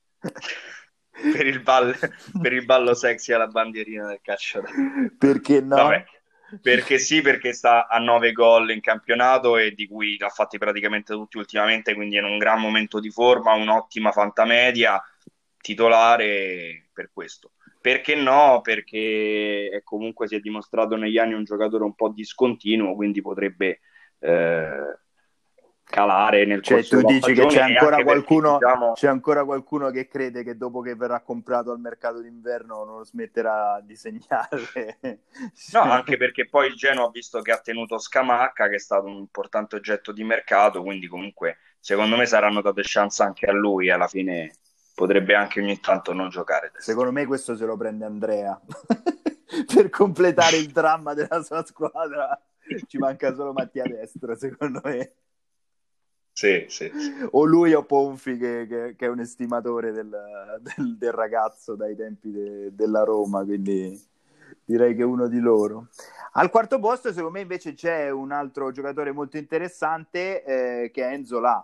per, il ballo, per il ballo sexy alla bandierina del calcio. Perché no? Vabbè. Perché sì, perché sta a nove gol in campionato e di cui l'ha fatti praticamente tutti ultimamente, quindi è in un gran momento di forma, un'ottima fantamedia, titolare per questo. Perché no? Perché è comunque si è dimostrato negli anni un giocatore un po' discontinuo, quindi potrebbe eh, calare nel Cioè, corso tu della dici che c'è stagione e ancora anche perché qualcuno, diciamo c'è ancora qualcuno che crede che dopo che verrà comprato al mercato d'inverno non smetterà di segnare. no, anche perché poi il Genoa ha visto che ha tenuto Scamacca, che è stato un importante oggetto di mercato, quindi comunque secondo me saranno date chance anche a lui, e alla fine potrebbe anche ogni tanto non giocare destro. Secondo me questo se lo prende Andrea per completare il dramma della sua squadra. Ci manca solo Mattia Destro, secondo me. Sì, sì, sì. O lui o Ponfi, che, che- che è un estimatore del, del- del ragazzo dai tempi de- della Roma, quindi direi che è uno di loro. Al quarto posto, secondo me, invece c'è un altro giocatore molto interessante, eh, che è Enzo La.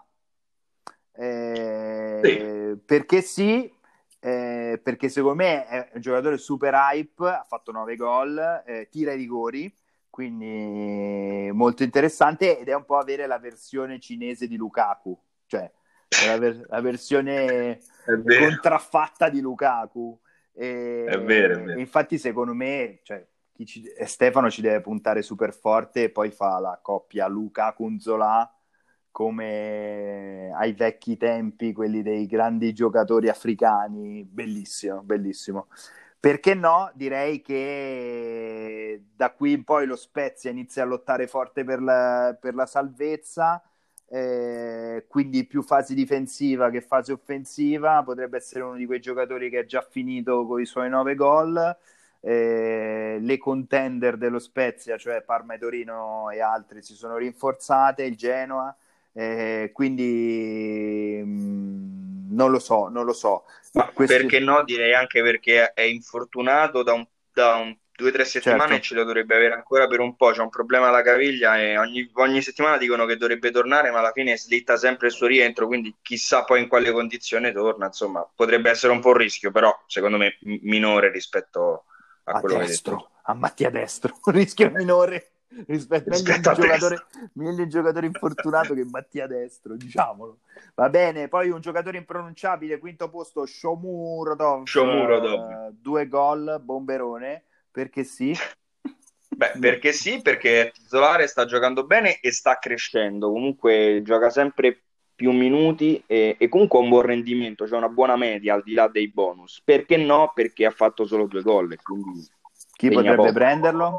Sì. Eh, perché sì, eh, perché secondo me è un giocatore super hype, ha fatto nove gol, eh, tira i rigori, quindi molto interessante, ed è un po' avere la versione cinese di Lukaku, cioè la, ver- la versione È vero, contraffatta di Lukaku. è vero, è E, e vero. infatti secondo me, cioè, chi ci- Stefano ci deve puntare super forte e poi fa la coppia Lukaku-Nzola come ai vecchi tempi, quelli dei grandi giocatori africani. Bellissimo, bellissimo. Perché no? Direi che da qui in poi lo Spezia inizia a lottare forte per la, per la salvezza, eh, quindi più fase difensiva che fase offensiva. Potrebbe essere uno di quei giocatori che ha già finito con i suoi nove gol. Eh, le contender dello Spezia, cioè Parma e Torino e altri, si sono rinforzate, il Genoa. Eh, quindi mh, non lo so, non lo so. Ma Questi, perché no? Direi anche perché è infortunato da un, da un- due o tre settimane e certo, ce lo dovrebbe avere ancora per un po'. C'è un problema alla caviglia e ogni, ogni settimana dicono che dovrebbe tornare, ma alla fine slitta sempre il suo rientro, quindi chissà poi in quale condizione torna. Insomma, potrebbe essere un po' un rischio, però secondo me m- minore rispetto a a quello che hai detto tu. destro, a Mattia Destro, un rischio minore rispetto meglio Rispetto un a destra. giocatore, meglio un giocatore infortunato che Mattia Destro, diciamolo. Va bene, poi un giocatore impronunciabile, quinto posto, Shomurodov, Shomurodov. eh, due gol, bomberone, perché sì. Beh, perché sì, perché è titolare, sta giocando bene e sta crescendo. Comunque gioca sempre più minuti e, e comunque ha un buon rendimento, c'è una buona media al di là dei bonus. Perché no? Perché ha fatto solo due gol e quindi Chi segna potrebbe poco. prenderlo?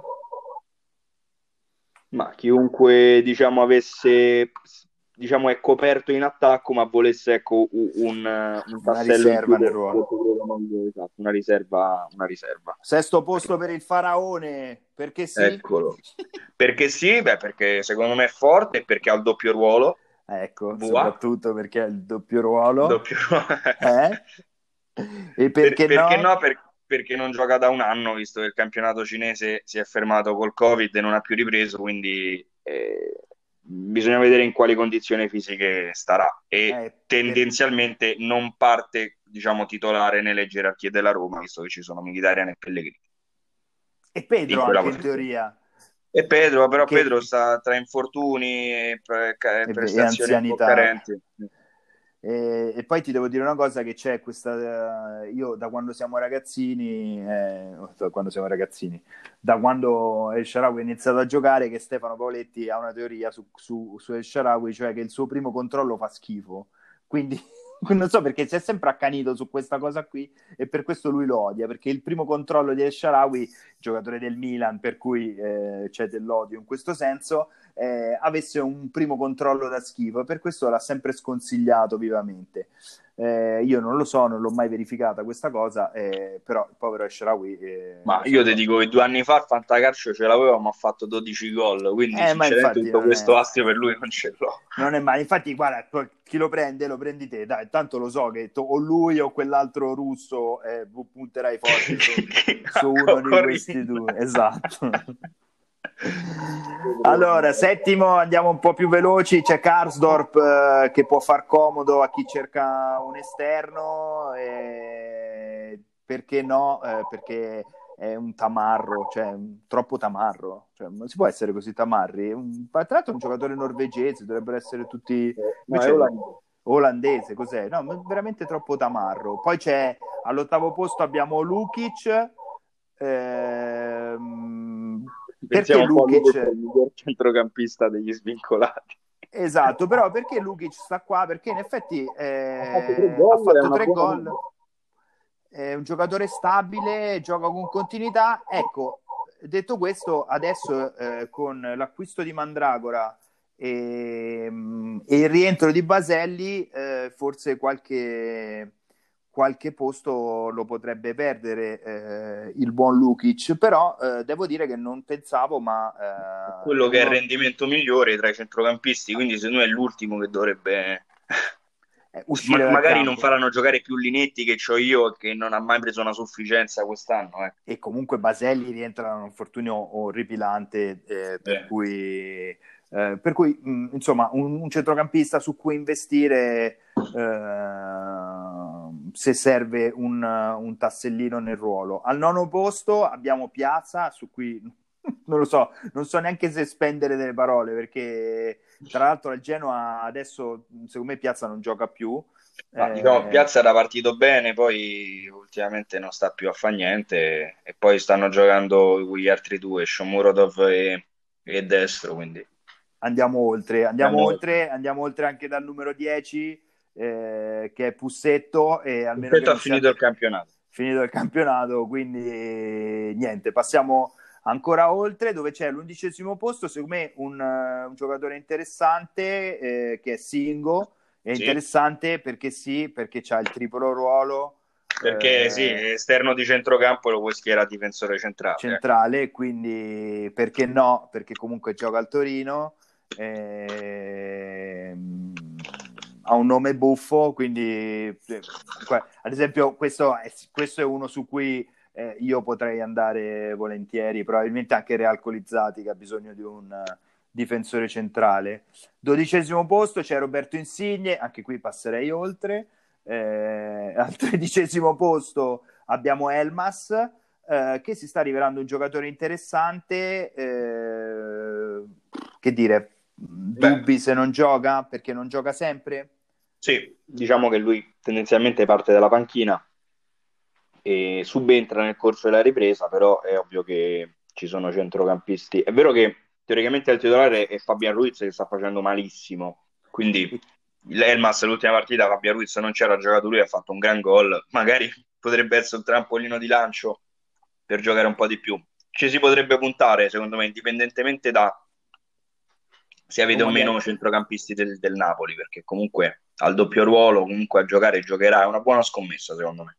Ma chiunque, diciamo, avesse, diciamo, è coperto in attacco, ma volesse, ecco, u- un, un Una tassello in più, riserva nel forse ruolo. credo meglio, esatto, una riserva, una riserva. Sesto posto per il Faraone, perché sì? Eccolo. Perché sì? Beh, perché secondo me è forte e perché ha il doppio ruolo. Ecco, Boa, soprattutto perché ha il doppio ruolo. doppio ruolo. Eh? E Per- perché perché no? no? Per- perché non gioca da un anno, visto che il campionato cinese si è fermato col Covid e non ha più ripreso, quindi eh, bisogna vedere in quali condizioni fisiche starà. E Eh, per- tendenzialmente non parte, diciamo, titolare nelle gerarchie della Roma, visto che ci sono Mkhitaryan e Pellegrini E in Pedro quella anche in posizione. teoria, E Pedro, però che Pedro sta tra infortuni e pre- ca- e, e prestazioni un po' anzianità. carenti. E, e poi ti devo dire una cosa, che c'è questa, eh, io da quando siamo ragazzini, eh, da quando siamo ragazzini, da quando El Shaarawy ha iniziato a giocare, che Stefano Paoletti ha una teoria su, su, su El Shaarawy, cioè che il suo primo controllo fa schifo, quindi non so perché si è sempre accanito su questa cosa qui, e per questo lui lo odia, perché il primo controllo di El Shaarawy, giocatore del Milan, per cui eh, c'è dell'odio in questo senso, eh, avesse un primo controllo da schifo, e per questo l'ha sempre sconsigliato vivamente. Eh, io non lo so, non l'ho mai verificata questa cosa, eh, però il povero Esharawi, Ma eh, io sono... ti dico che due anni fa il Fantacalcio ce l'avevo, ma ha fatto dodici gol, quindi Eh, ma sinceramente infatti tutto non questo è, astio per lui non ce l'ho. non è male. Infatti, guarda, chi lo prende, lo prendi te. Dai, tanto lo so che to- o lui o quell'altro russo, eh, punterai forte su, su uno di questi Corina. due. Esatto. Allora, settimo, andiamo un po' più veloci. C'è Karsdorp, eh, che può far comodo a chi cerca un esterno. eh, perché no? Eh, perché è un tamarro, cioè un- troppo tamarro, cioè, non si può essere così tamarri. Un, tra l'altro è un giocatore norvegese, dovrebbero essere tutti No, è invece olandese. olandese, cos'è? No, ma veramente troppo tamarro. Poi c'è all'ottavo posto abbiamo Lukic. Ehm, perché Pensiamo un po' a lui che è Lukic? il miglior centrocampista degli svincolati. Esatto, però perché Lukic sta qua? Perché in effetti Ha fatto tre eh, ha gol, è fatto una tre buona gol, media. è un giocatore stabile, gioca con continuità. Ecco, detto questo, adesso eh, con l'acquisto di Mandragora e, mm, e il rientro di Baselli, eh, forse qualche, qualche posto lo potrebbe perdere eh, il buon Lukic, però eh, devo dire che non pensavo, ma eh, Quello che è il uno rendimento migliore tra i centrocampisti, quindi secondo me è l'ultimo che dovrebbe eh, Ma- uscire dal magari non campo. faranno giocare più Linetti che ho io che non ha mai preso una sufficienza quest'anno, eh. E comunque Baselli rientra da un infortunio orripilante, eh, per Eh, cui, eh, per cui mh, insomma, un, un centrocampista su cui investire eh, se serve un, un tassellino nel ruolo. Al nono posto abbiamo Piazza, su cui non lo so, non so neanche se spendere delle parole, perché tra l'altro al Genoa adesso, secondo me, Piazza non gioca più. ma diciamo, Eh, Piazza era partito bene, poi ultimamente non sta più a fa niente e poi stanno giocando gli altri due, Shomurodov e, e Destro, quindi andiamo oltre, andiamo andiamo oltre. oltre, andiamo oltre anche dal numero dieci, eh, che è Pussetto, e almeno che Perfetto, ha non sia finito il campionato. finito il campionato, quindi niente, passiamo ancora oltre, dove c'è l'undicesimo posto, secondo me un, eh, un giocatore interessante, eh, che è Singo, è Sì, interessante perché sì, perché c'ha il triplo ruolo perché sì, eh, esterno di centrocampo lo puoi schierare difensore centrale. Eh. centrale, quindi perché no? Perché comunque gioca al Torino, ehm, ha un nome buffo, quindi eh, ad esempio questo è, questo è uno su cui eh, io potrei andare volentieri, probabilmente anche Real Colizzati che ha bisogno di un uh, difensore centrale. Dodicesimo posto c'è Roberto Insigne, anche qui passerei oltre. Eh, al tredicesimo posto abbiamo Elmas, eh, che si sta rivelando un giocatore interessante. Eh, che dire, Beh, dubbi se non gioca, perché non gioca sempre? sì, diciamo che lui tendenzialmente parte dalla panchina e subentra nel corso della ripresa, però è ovvio che ci sono centrocampisti. È vero che teoricamente il titolare è Fabian Ruiz che sta facendo malissimo, quindi E l'Elmas l'ultima partita Fabian Ruiz non c'era, ha giocato lui, ha fatto un gran gol, magari potrebbe essere un trampolino di lancio per giocare un po' di più. Ci si potrebbe puntare, secondo me, indipendentemente da se avete o come meno abbiamo... centrocampisti del, del Napoli, perché comunque al doppio ruolo, comunque a giocare giocherà, è una buona scommessa, secondo me.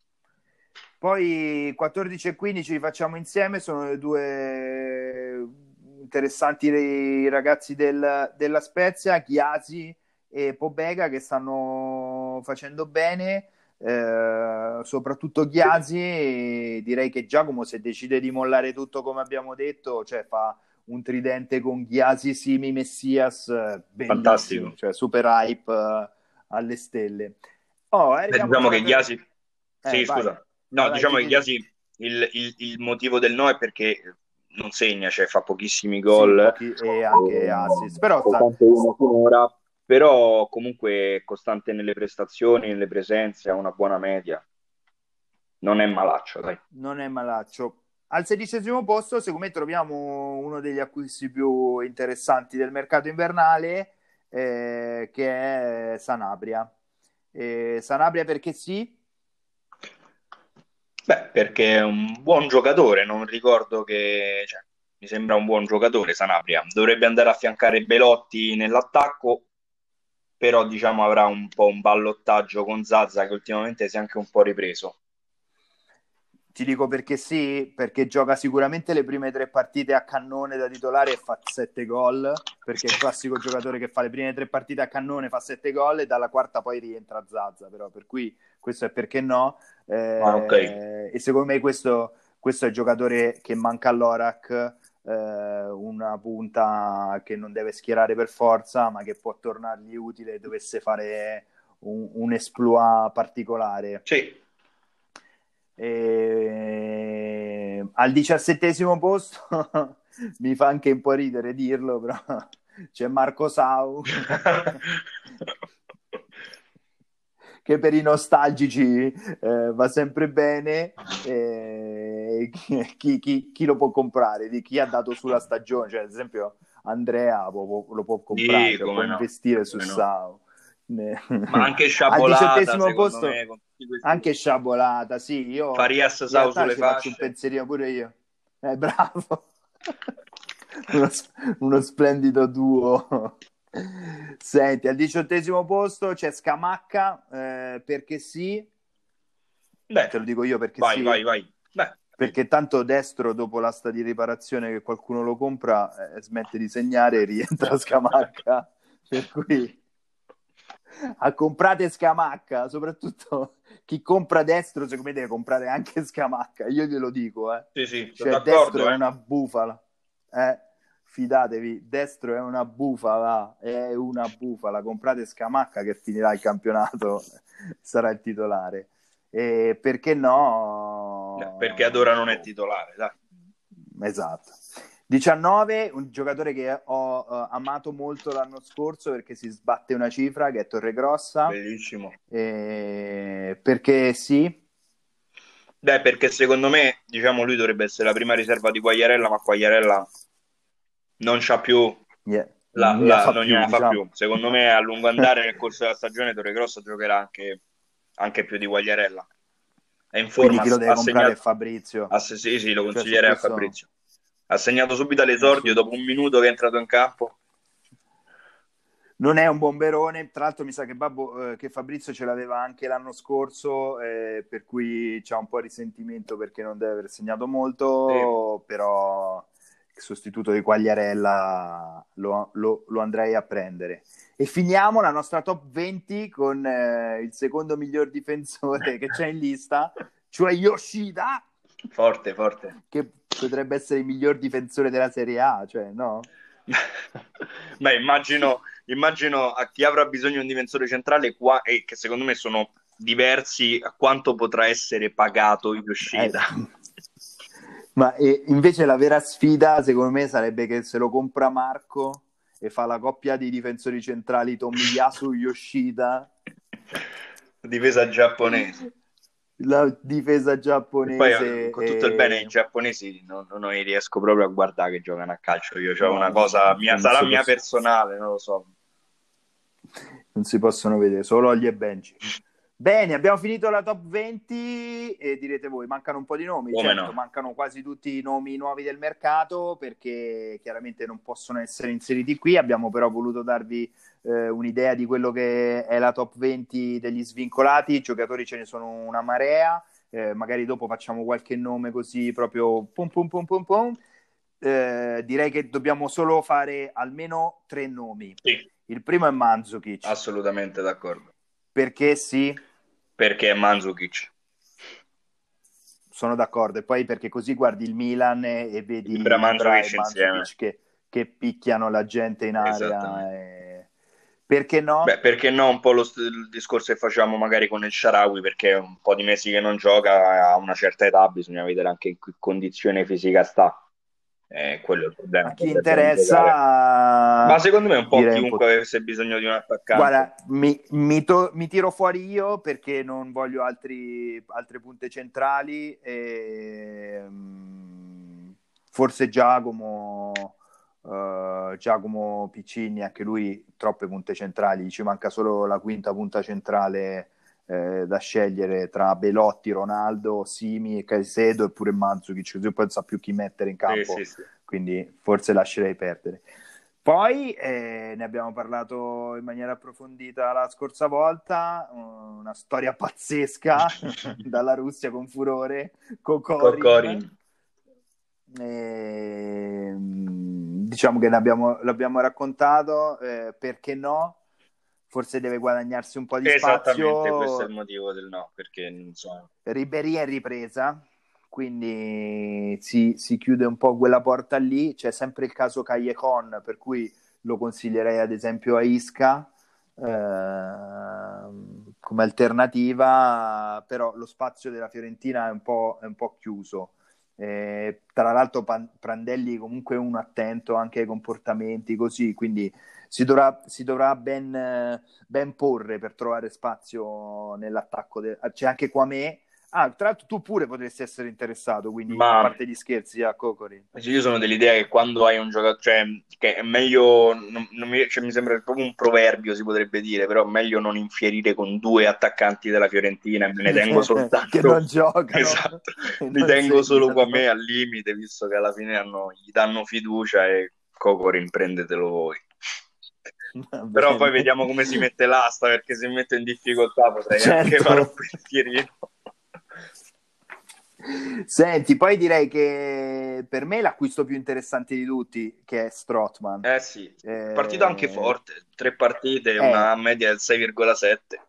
Poi quattordici e quindici li facciamo insieme, sono le due interessanti ragazzi del, della Spezia, Chiasi e Pobega, che stanno facendo bene, eh, soprattutto Chiasi. Direi che Giacomo, se decide di mollare tutto come abbiamo detto, cioè fa un tridente con Chiasi, Simi, Messias, eh, bellissimo, Fantastico. cioè super hype eh, alle stelle. Oh, Beh, arriviamo diciamo già che per... Ghiasi, Eh, sì, vai, scusa, no, vai, vai, diciamo che dimmi tu. Ghiasi il, il- il motivo del no è perché non segna, cioè fa pochissimi Sì, gol, pochi e anche assist, però sta, soltanto uno finora, però comunque è costante nelle prestazioni, nelle presenze, ha una buona media, non è malaccio, dai. non è malaccio. Al sedicesimo posto, secondo me, troviamo uno degli acquisti più interessanti del mercato invernale, eh, che è Sanabria. Eh, Sanabria perché sì? Beh, perché è un buon giocatore, non ricordo che... cioè, mi sembra un buon giocatore Sanabria. Dovrebbe andare a affiancare Belotti nell'attacco, però diciamo avrà un po' un ballottaggio con Zaza che ultimamente si è anche un po' ripreso. Ti dico perché sì, perché gioca sicuramente le prime tre partite a cannone da titolare e fa sette gol, perché è il classico giocatore che fa le prime tre partite a cannone, fa sette gol e dalla quarta poi rientra Zaza, però per cui questo è perché no. Ah, ok. Eh, e secondo me questo, questo è il giocatore che manca all'Orac, eh, una punta che non deve schierare per forza, ma che può tornargli utile dovesse fare un, un exploit particolare. Sì, E... al diciassettesimo posto mi fa anche un po' ridere dirlo, però c'è Marco Sau che per i nostalgici eh, va sempre bene. Eh, chi, chi, chi lo può comprare? Di chi ha dato sulla stagione? Cioè, ad esempio, Andrea può, lo può comprare, Sì, cioè, come può no, investire su come no. Sau. Ma anche Al Sciabolata, diciottesimo secondo posto me, con tutti questi anche Sciabolata, sì, io Farias in Sau realtà sulle ci faccio un fasce. pensierino pure io. Eh, bravo. uno, uno splendido duo. Senti, al diciottesimo posto c'è Scamacca, eh, perché sì, Beh, te lo dico io perché vai, vai, sì, vai. Beh, perché tanto destro dopo l'asta di riparazione che qualcuno lo compra, eh, smette di segnare e rientra Scamacca, per cui a comprate Scamacca, soprattutto chi compra destro secondo me deve comprare anche Scamacca, io glielo dico, eh. sì, sì, sono Cioè destro d'accordo, è eh. una bufala, eh. Fidatevi, destro è una bufala, è una bufala, comprate Scamacca che finirà il campionato, sarà il titolare. E perché Beh, perché ad no? ora non è Boh. titolare, dai. Esatto. diciannove, un giocatore che ho uh, amato molto l'anno scorso perché si sbatte una cifra, che è Torregrossa. Bellissimo. E perché sì. Beh, perché secondo me, diciamo, lui dovrebbe essere la prima riserva di Quagliarella, ma Quagliarella non c'ha più Yeah. la, Non ne la- fa non più, gliene fa diciamo. più. Secondo me, a lungo andare nel corso della stagione, Torregrossa giocherà anche, anche più di Quagliarella. È in Quindi forma, chi lo deve ha comprare è segnato. Fabrizio. ha se- sì, sì, lo Cioè su consiglierei a questo Fabrizio. Ha segnato subito all'esordio assolut- dopo un minuto che è entrato in campo. non è un bomberone, tra l'altro mi sa che, Babbo, eh, che Fabrizio ce l'aveva anche l'anno scorso, eh, per cui c'ha un po' risentimento perché non deve aver segnato Sì. molto, però il sostituto di Quagliarella lo, lo- lo andrei a prendere. E finiamo la nostra top venti con eh, il secondo miglior difensore che c'è in lista, cioè Yoshida, Forte, forte. che potrebbe essere il miglior difensore della Serie A, cioè no? Beh, immagino, immagino a chi avrà bisogno di un difensore centrale qua, e che secondo me sono diversi a quanto potrà essere pagato Eh, Yoshida. ma e invece la vera sfida, secondo me, sarebbe che se lo compra Marco e fa la coppia di difensori centrali Tomiyasu Yoshida, Difesa giapponese. la difesa E poi, eh, giapponese. con tutto il bene, i E... giapponesi non, non li riesco proprio a guardare che giocano a calcio. Io ho No, una no, cosa mia, non sarà si, mia poss- personale, non lo so. non si possono vedere, solo Olli e Benji. Bene, abbiamo finito la top venti e direte voi, mancano un po' di nomi, Come certo, no? mancano quasi tutti i nomi nuovi del mercato perché chiaramente non possono essere inseriti qui, abbiamo però voluto darvi eh, un'idea di quello che è la top venti degli svincolati, i giocatori ce ne sono una marea, eh, magari dopo facciamo qualche nome così proprio pum pum pum pum pum. Eh, direi che dobbiamo solo fare almeno tre nomi. Sì, Il primo è Mandzukic, assolutamente d'accordo. perché sì, Perché è Mandzukic. sono d'accordo. E poi perché così guardi il Milan e, e Ibra vedi Ibra e Mandzukic insieme. Mandzukic che, che picchiano la gente in area. Esattamente. E... Perché Beh, no? perché no? Un po' lo st- il discorso che facciamo magari con il Shaarawy, perché è un po' di mesi che non gioca, a una certa età bisogna vedere anche in che condizione fisica sta. Eh, quello è il problema, A chi potrebbe non giocare. Ma interessa, secondo me un po' direi un po'. chiunque avesse bisogno di un attaccante. Guarda, mi, mi to- mi tiro fuori io perché non voglio altri, altre punte centrali. E, mm, forse Giacomo, eh, Giacomo Piccini, anche lui troppe punte centrali. Ci manca solo la quinta punta centrale eh, da scegliere tra Belotti, Ronaldo, Simi e Caicedo e pure Mandzukic, così poi non sa più chi mettere in Sì, campo. sì, sì. Quindi forse lascerei perdere. Poi eh, ne abbiamo parlato in maniera approfondita la scorsa volta, una storia pazzesca dalla Russia con furore, Kokorin. Kokorin. E, diciamo che l'abbiamo, l'abbiamo raccontato, eh, perché no? Forse deve guadagnarsi un po' di Esattamente, questo è il spazio. motivo del no, perché non so. Ribéry è in ripresa, quindi si, si chiude un po' quella porta lì. C'è sempre il caso Callejon, per cui lo consiglierei ad esempio a Isca eh, come alternativa, però lo spazio della Fiorentina è un po', è un po' chiuso. Eh, tra l'altro Pan- Prandelli comunque è uno attento anche ai comportamenti così, quindi si dovrà, si dovrà ben, eh, ben porre per trovare spazio nell'attacco. De- c'è anche Quamé. Ah, tra l'altro tu pure potresti essere interessato, quindi a Ma parte gli scherzi a Cocori. io sono dell'idea che quando hai un giocatore, cioè, che è meglio, non- non mi, cioè, mi sembra proprio un proverbio, si potrebbe dire, però meglio non infierire con due attaccanti della Fiorentina e me ne tengo Che soltanto, non giocano esatto, e li non tengo solo qua a segnano. me al limite, visto che alla fine hanno- gli danno fiducia e Coco prendetelo voi. Va Però poi bene. vediamo come si mette l'asta, perché se mi metto in difficoltà potrei anche fare un Certo. pensierino. Senti, poi direi che per me l'acquisto più interessante di tutti, che è Strootman. Eh sì, è partito anche Eh, forte, tre partite, è una media del sei virgola sette.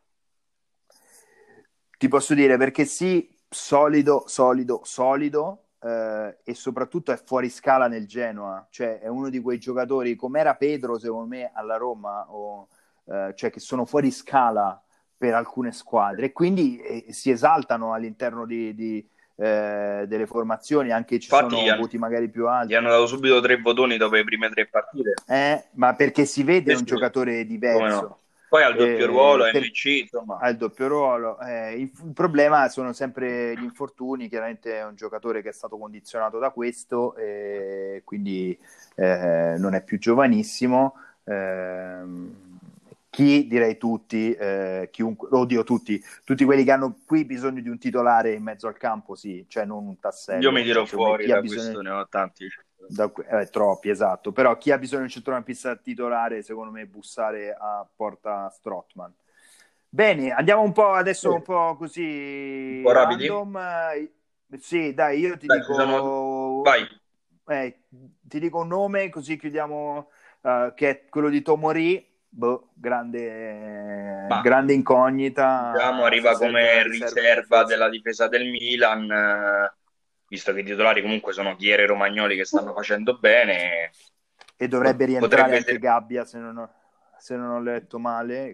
Ti posso dire perché sì, solido, solido, solido, eh, e soprattutto è fuori scala nel Genoa, cioè è uno di quei giocatori come era Pedro secondo me alla Roma, o, eh, cioè che sono fuori scala per alcune squadre e quindi eh, si esaltano all'interno di, di, eh, delle formazioni, anche ci Infatti gli sono hanno, voti magari più gli alti. hanno dato subito tre votoni dopo le prime tre partite. Eh, ma perché si vede Sì, un sì, giocatore come no. diverso, Poi al doppio ruolo, eh, per- M C, insomma. ha il doppio ruolo. Eh, il, il problema sono sempre gli infortuni, chiaramente è un giocatore che è stato condizionato da questo, eh, quindi eh, non è più giovanissimo. Ehm, chi direi tutti, eh, chiunque, oddio tutti, tutti quelli che hanno qui bisogno di un titolare in mezzo al campo, sì, cioè non un Io mi tassello, tiro cioè secondo me fuori chi ha da bisogno questo, ne ho tanti. da, eh, troppi, esatto. Però chi ha bisogno di un centrocampista titolare, secondo me, bussare a porta Strootman. Bene, andiamo un po' adesso un Sì. po' Un così po' rapidi? random. Eh, Sì, dai, io ti Dai, ci sono... dico, Vai. eh, ti dico un nome così chiudiamo, eh, che è quello di Tomori. Boh, grande, Ma grande diciamo incognita, se arriva serve una come riserva in riserva difesa. della difesa del Milan, eh, visto che i titolari comunque sono Chiere e Romagnoli che stanno facendo bene. E dovrebbe Pot- rientrare potrebbe anche ser- Gabbia se non ho, se non ho letto male,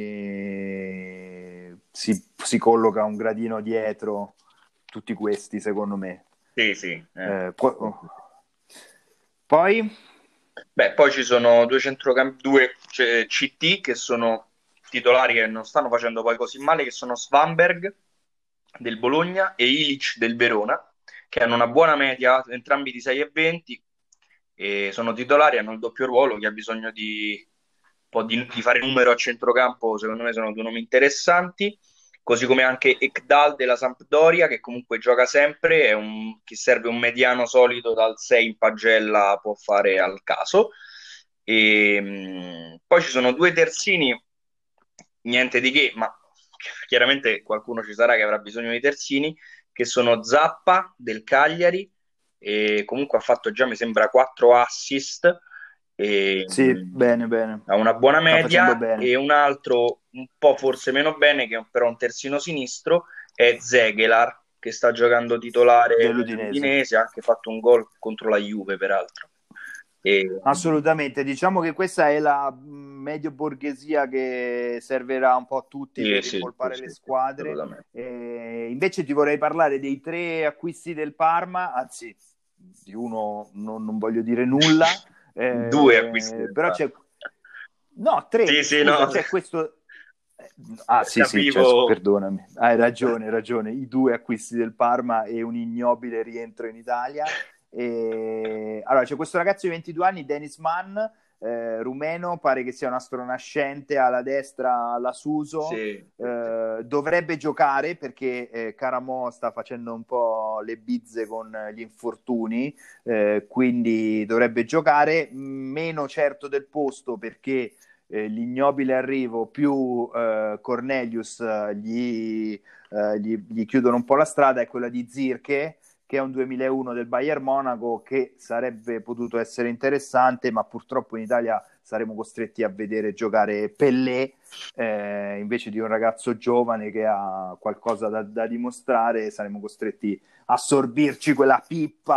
quindi si, si colloca un gradino dietro tutti questi secondo me. Sì, sì. eh. Eh, poi, poi Beh, poi ci sono due centrocamp- due cioè, C T che sono titolari che non stanno facendo poi così male, che sono Svanberg del Bologna e Ilic del Verona, che hanno una buona media, entrambi di sei e venti, e sono titolari, hanno il doppio ruolo. Chi ha bisogno di, un po' di, di fare numero a centrocampo, secondo me sono due nomi interessanti. Così come anche Ekdal della Sampdoria, che comunque gioca sempre, è un, che serve un mediano solido dal sei in pagella, può fare al caso. E, mh, poi ci sono due terzini, niente di che, ma chiaramente qualcuno ci sarà che avrà bisogno di terzini, che sono Zappa del Cagliari, e comunque ha fatto già, mi sembra, quattro assist, e, sì, bene, mh, bene, ha una buona sta facendo media, bene. e un altro un po' forse meno bene, che è però un terzino sinistro, è Zegelar, che sta giocando titolare per Dell'Udinese. l'Udinese, ha anche fatto un gol contro la Juve, peraltro. E, Assolutamente, diciamo che questa è la medio borghesia che servirà un po' a tutti sì, per sì, sì, rimpolpare le sì, sì, squadre. assolutamente. E invece ti vorrei parlare dei tre acquisti del Parma, anzi, di uno non, non voglio dire nulla, Due acquisti eh, del però Parma. c'è... No, tre, Sì, sì, scusa, no, c'è questo... Ah sì sì, cioè, capivo. perdonami, hai ragione, hai ragione, i due acquisti del Parma e un ignobile rientro in Italia. E... Allora, c'è questo ragazzo di ventidue anni, Dennis Mann, eh, rumeno, pare che sia un astronascente, alla destra la Suso, Sì, sì, sì. eh, dovrebbe giocare perché eh, Caramo sta facendo un po' le bizze con gli infortuni, eh, quindi dovrebbe giocare, meno certo del posto perché eh, l'ignobile arrivo più eh, Cornelius eh, gli, eh, gli, gli chiudono un po' la strada, è quella di Zirche, che è un duemilauno del Bayern Monaco, che sarebbe potuto essere interessante, ma purtroppo in Italia saremo costretti a vedere giocare Pellè, eh, invece di un ragazzo giovane che ha qualcosa da, da dimostrare, saremo costretti a sorbirci quella pippa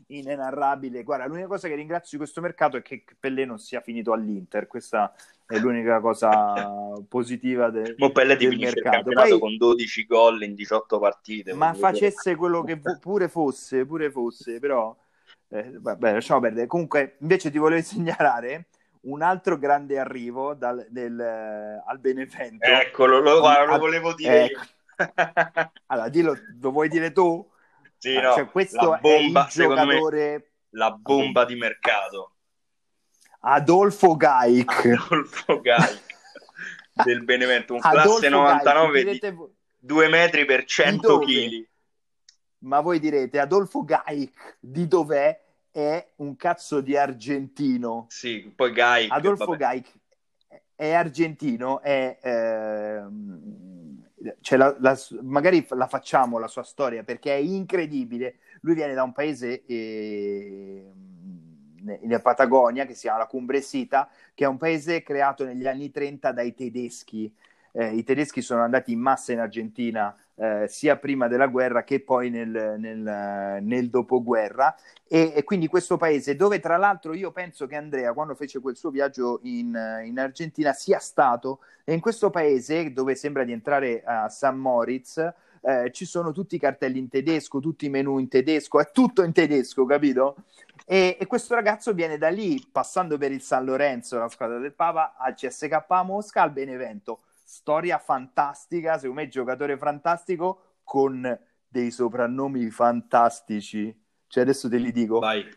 inenarrabile. Guarda, l'unica cosa che ringrazio di questo mercato è che Pellè non sia finito all'Inter. Questa è l'unica cosa positiva de- Mo Pellè ti del finisce il mercato. campionato Poi, con dodici gol in diciotto partite. ma voglio vedere. facesse quello che fu- pure fosse, pure fosse, però eh, vabbè, lasciamo perdere. Comunque, invece ti volevo segnalare un altro grande arrivo dal, del, eh, al Benevento. Eccolo, lo, Di- guarda, lo ad- volevo dire ecco. io. Allora, dillo, lo vuoi dire tu? Sì, Ah, no, cioè, la questo è il bomba, secondo me, giocatore la bomba di mercato. Adolfo Gaik. Adolfo Gaik del Benevento, un classe Adolfo Gaik, novantanove di direte voi- due metri per di cento dove? chili. Ma voi direte, Adolfo Gaik di dov'è? È un cazzo di argentino. Sì, poi Gaik, Adolfo vabbè. Gaik è argentino, è, ehm, cioè la- la- magari la facciamo la sua storia perché è incredibile. Lui viene da un paese eh, in Patagonia che si chiama la Cumbresita, che è un paese creato negli anni trenta dai tedeschi. Eh, I tedeschi sono andati in massa in Argentina eh, sia prima della guerra che poi nel, nel, nel dopoguerra. E, e quindi questo paese dove tra l'altro io penso che Andrea quando fece quel suo viaggio in, in Argentina sia stato, e in questo paese dove sembra di entrare a San Moritz eh, ci sono tutti i cartelli in tedesco, tutti i menù in tedesco, è tutto in tedesco, capito? E, e questo ragazzo viene da lì passando per il San Lorenzo, la squadra del Papa, al C S K A Mosca, al Benevento. Storia fantastica, secondo me giocatore fantastico con dei soprannomi fantastici. Cioè adesso te li dico. Vai.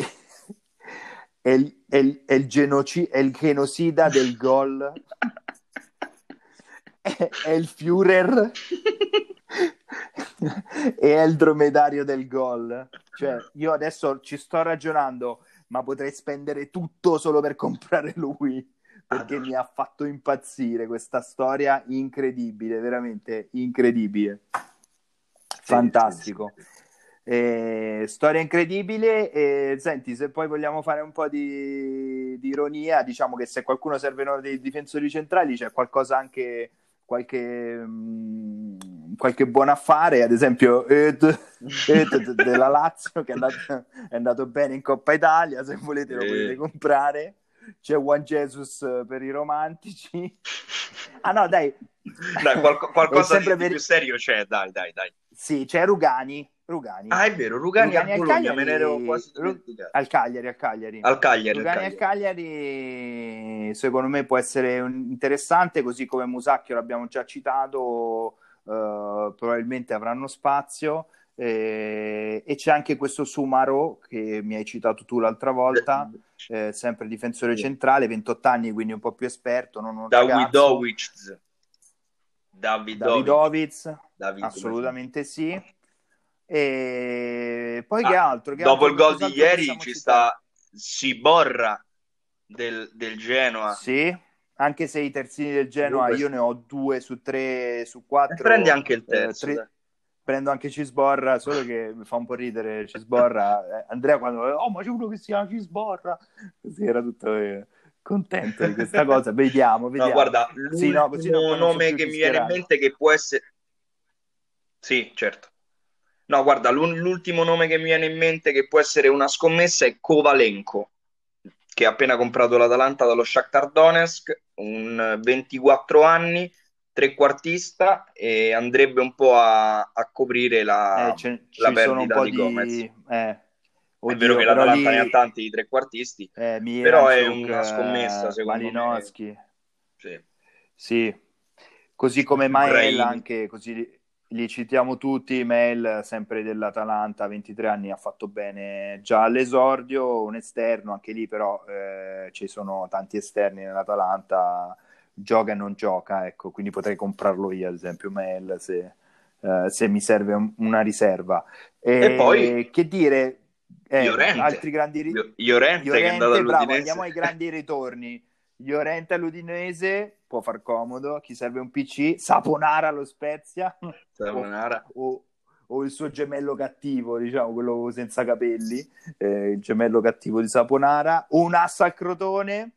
È il, è il, è il, genoci- è il genocida del gol. È, è il Führer. E è il dromedario del gol. Cioè io adesso ci sto ragionando, ma potrei spendere tutto solo per comprare lui. Perché mi ha fatto impazzire questa storia incredibile, veramente incredibile. Fantastico. Sì, sì, sì. Eh, storia incredibile. E, senti, se poi vogliamo fare un po' di, di ironia, diciamo che se qualcuno servono dei difensori centrali c'è qualcosa anche qualche, mh, qualche buon affare, ad esempio Ed, Ed della Lazio che è andato, è andato bene in Coppa Italia, se volete lo potete comprare. C'è Juan Jesus per i romantici. Ah no, dai. Dai, qualco- qualcosa di, sempre di per... più serio c'è, dai, dai, dai. Sì, c'è Rugani. Rugani. Ah, è vero, Rugani, Rugani al al Bologna, Cagliari, me ne ero quasi Ru- dimenticato. al Cagliari, al Cagliari. Al Cagliari, al Rugani al Cagliari, secondo me può essere un- interessante, così come Musacchio l'abbiamo già citato, eh, probabilmente avranno spazio. eh, e c'è anche questo Sumaro che mi hai citato tu l'altra volta, eh, sempre difensore Sì. centrale, ventotto anni, quindi un po' più esperto, non un ragazzo. Davidovic. Davidovic. Davidovic, David- assolutamente sì. E poi Ah, che altro? Che dopo altro il gol di cos'altro ieri possiamo ci citare? sta Siborra del, del Genoa. Sì, anche se i terzini del Genoa Comunque io sì. ne ho due su tre su E quattro. prendi anche il eh, terzo. tre- dai. Prendo anche Cisborra, solo che mi fa un po' ridere Cisborra. Eh, Andrea quando oh ma c'è uno che si chiama Cisborra, così era tutto eh, contento di questa cosa. Vediamo, vediamo. No, guarda, Sì, no, così no, l'ultimo poi non sono nome più che mi viene in fischierato. mente che può essere... Sì, certo. No, guarda, l'un- l'ultimo nome che mi viene in mente che può essere una scommessa è Kovalenko, che ha appena comprato l'Atalanta dallo Shakhtar Donetsk, un ventiquattro anni, trequartista, e andrebbe un po' a, a coprire la, Eh, ce- la ci sono un perdita po' di Gomez. di... Eh, È vero oddio, che però l'Atalanta ne ha lì tanti di trequartisti, eh, però è Miranchuk, una scommessa, eh, secondo me. Malinowski, Sì. sì. Così come Mael, Brahimi. anche così li, li citiamo tutti. Mael, sempre dell'Atalanta, ventitré anni, ha fatto bene già all'esordio, un esterno, anche lì però eh, ci sono tanti esterni nell'Atalanta, gioca e non gioca, ecco, quindi potrei comprarlo io, ad esempio, Mael, se, eh, se mi serve un- una riserva. E, E poi che dire, eh, Llorente. altri grandi ri- Io- Llorente, che è andato Llorente, bravo, all'Udinese. andiamo ai grandi ritorni. Llorente all'Udinese può far comodo, chi serve un P C, Saponara allo Spezia o, Saponara. o- o il suo gemello cattivo, diciamo, quello senza capelli, eh, il gemello cattivo di Saponara, un asso al Crotone.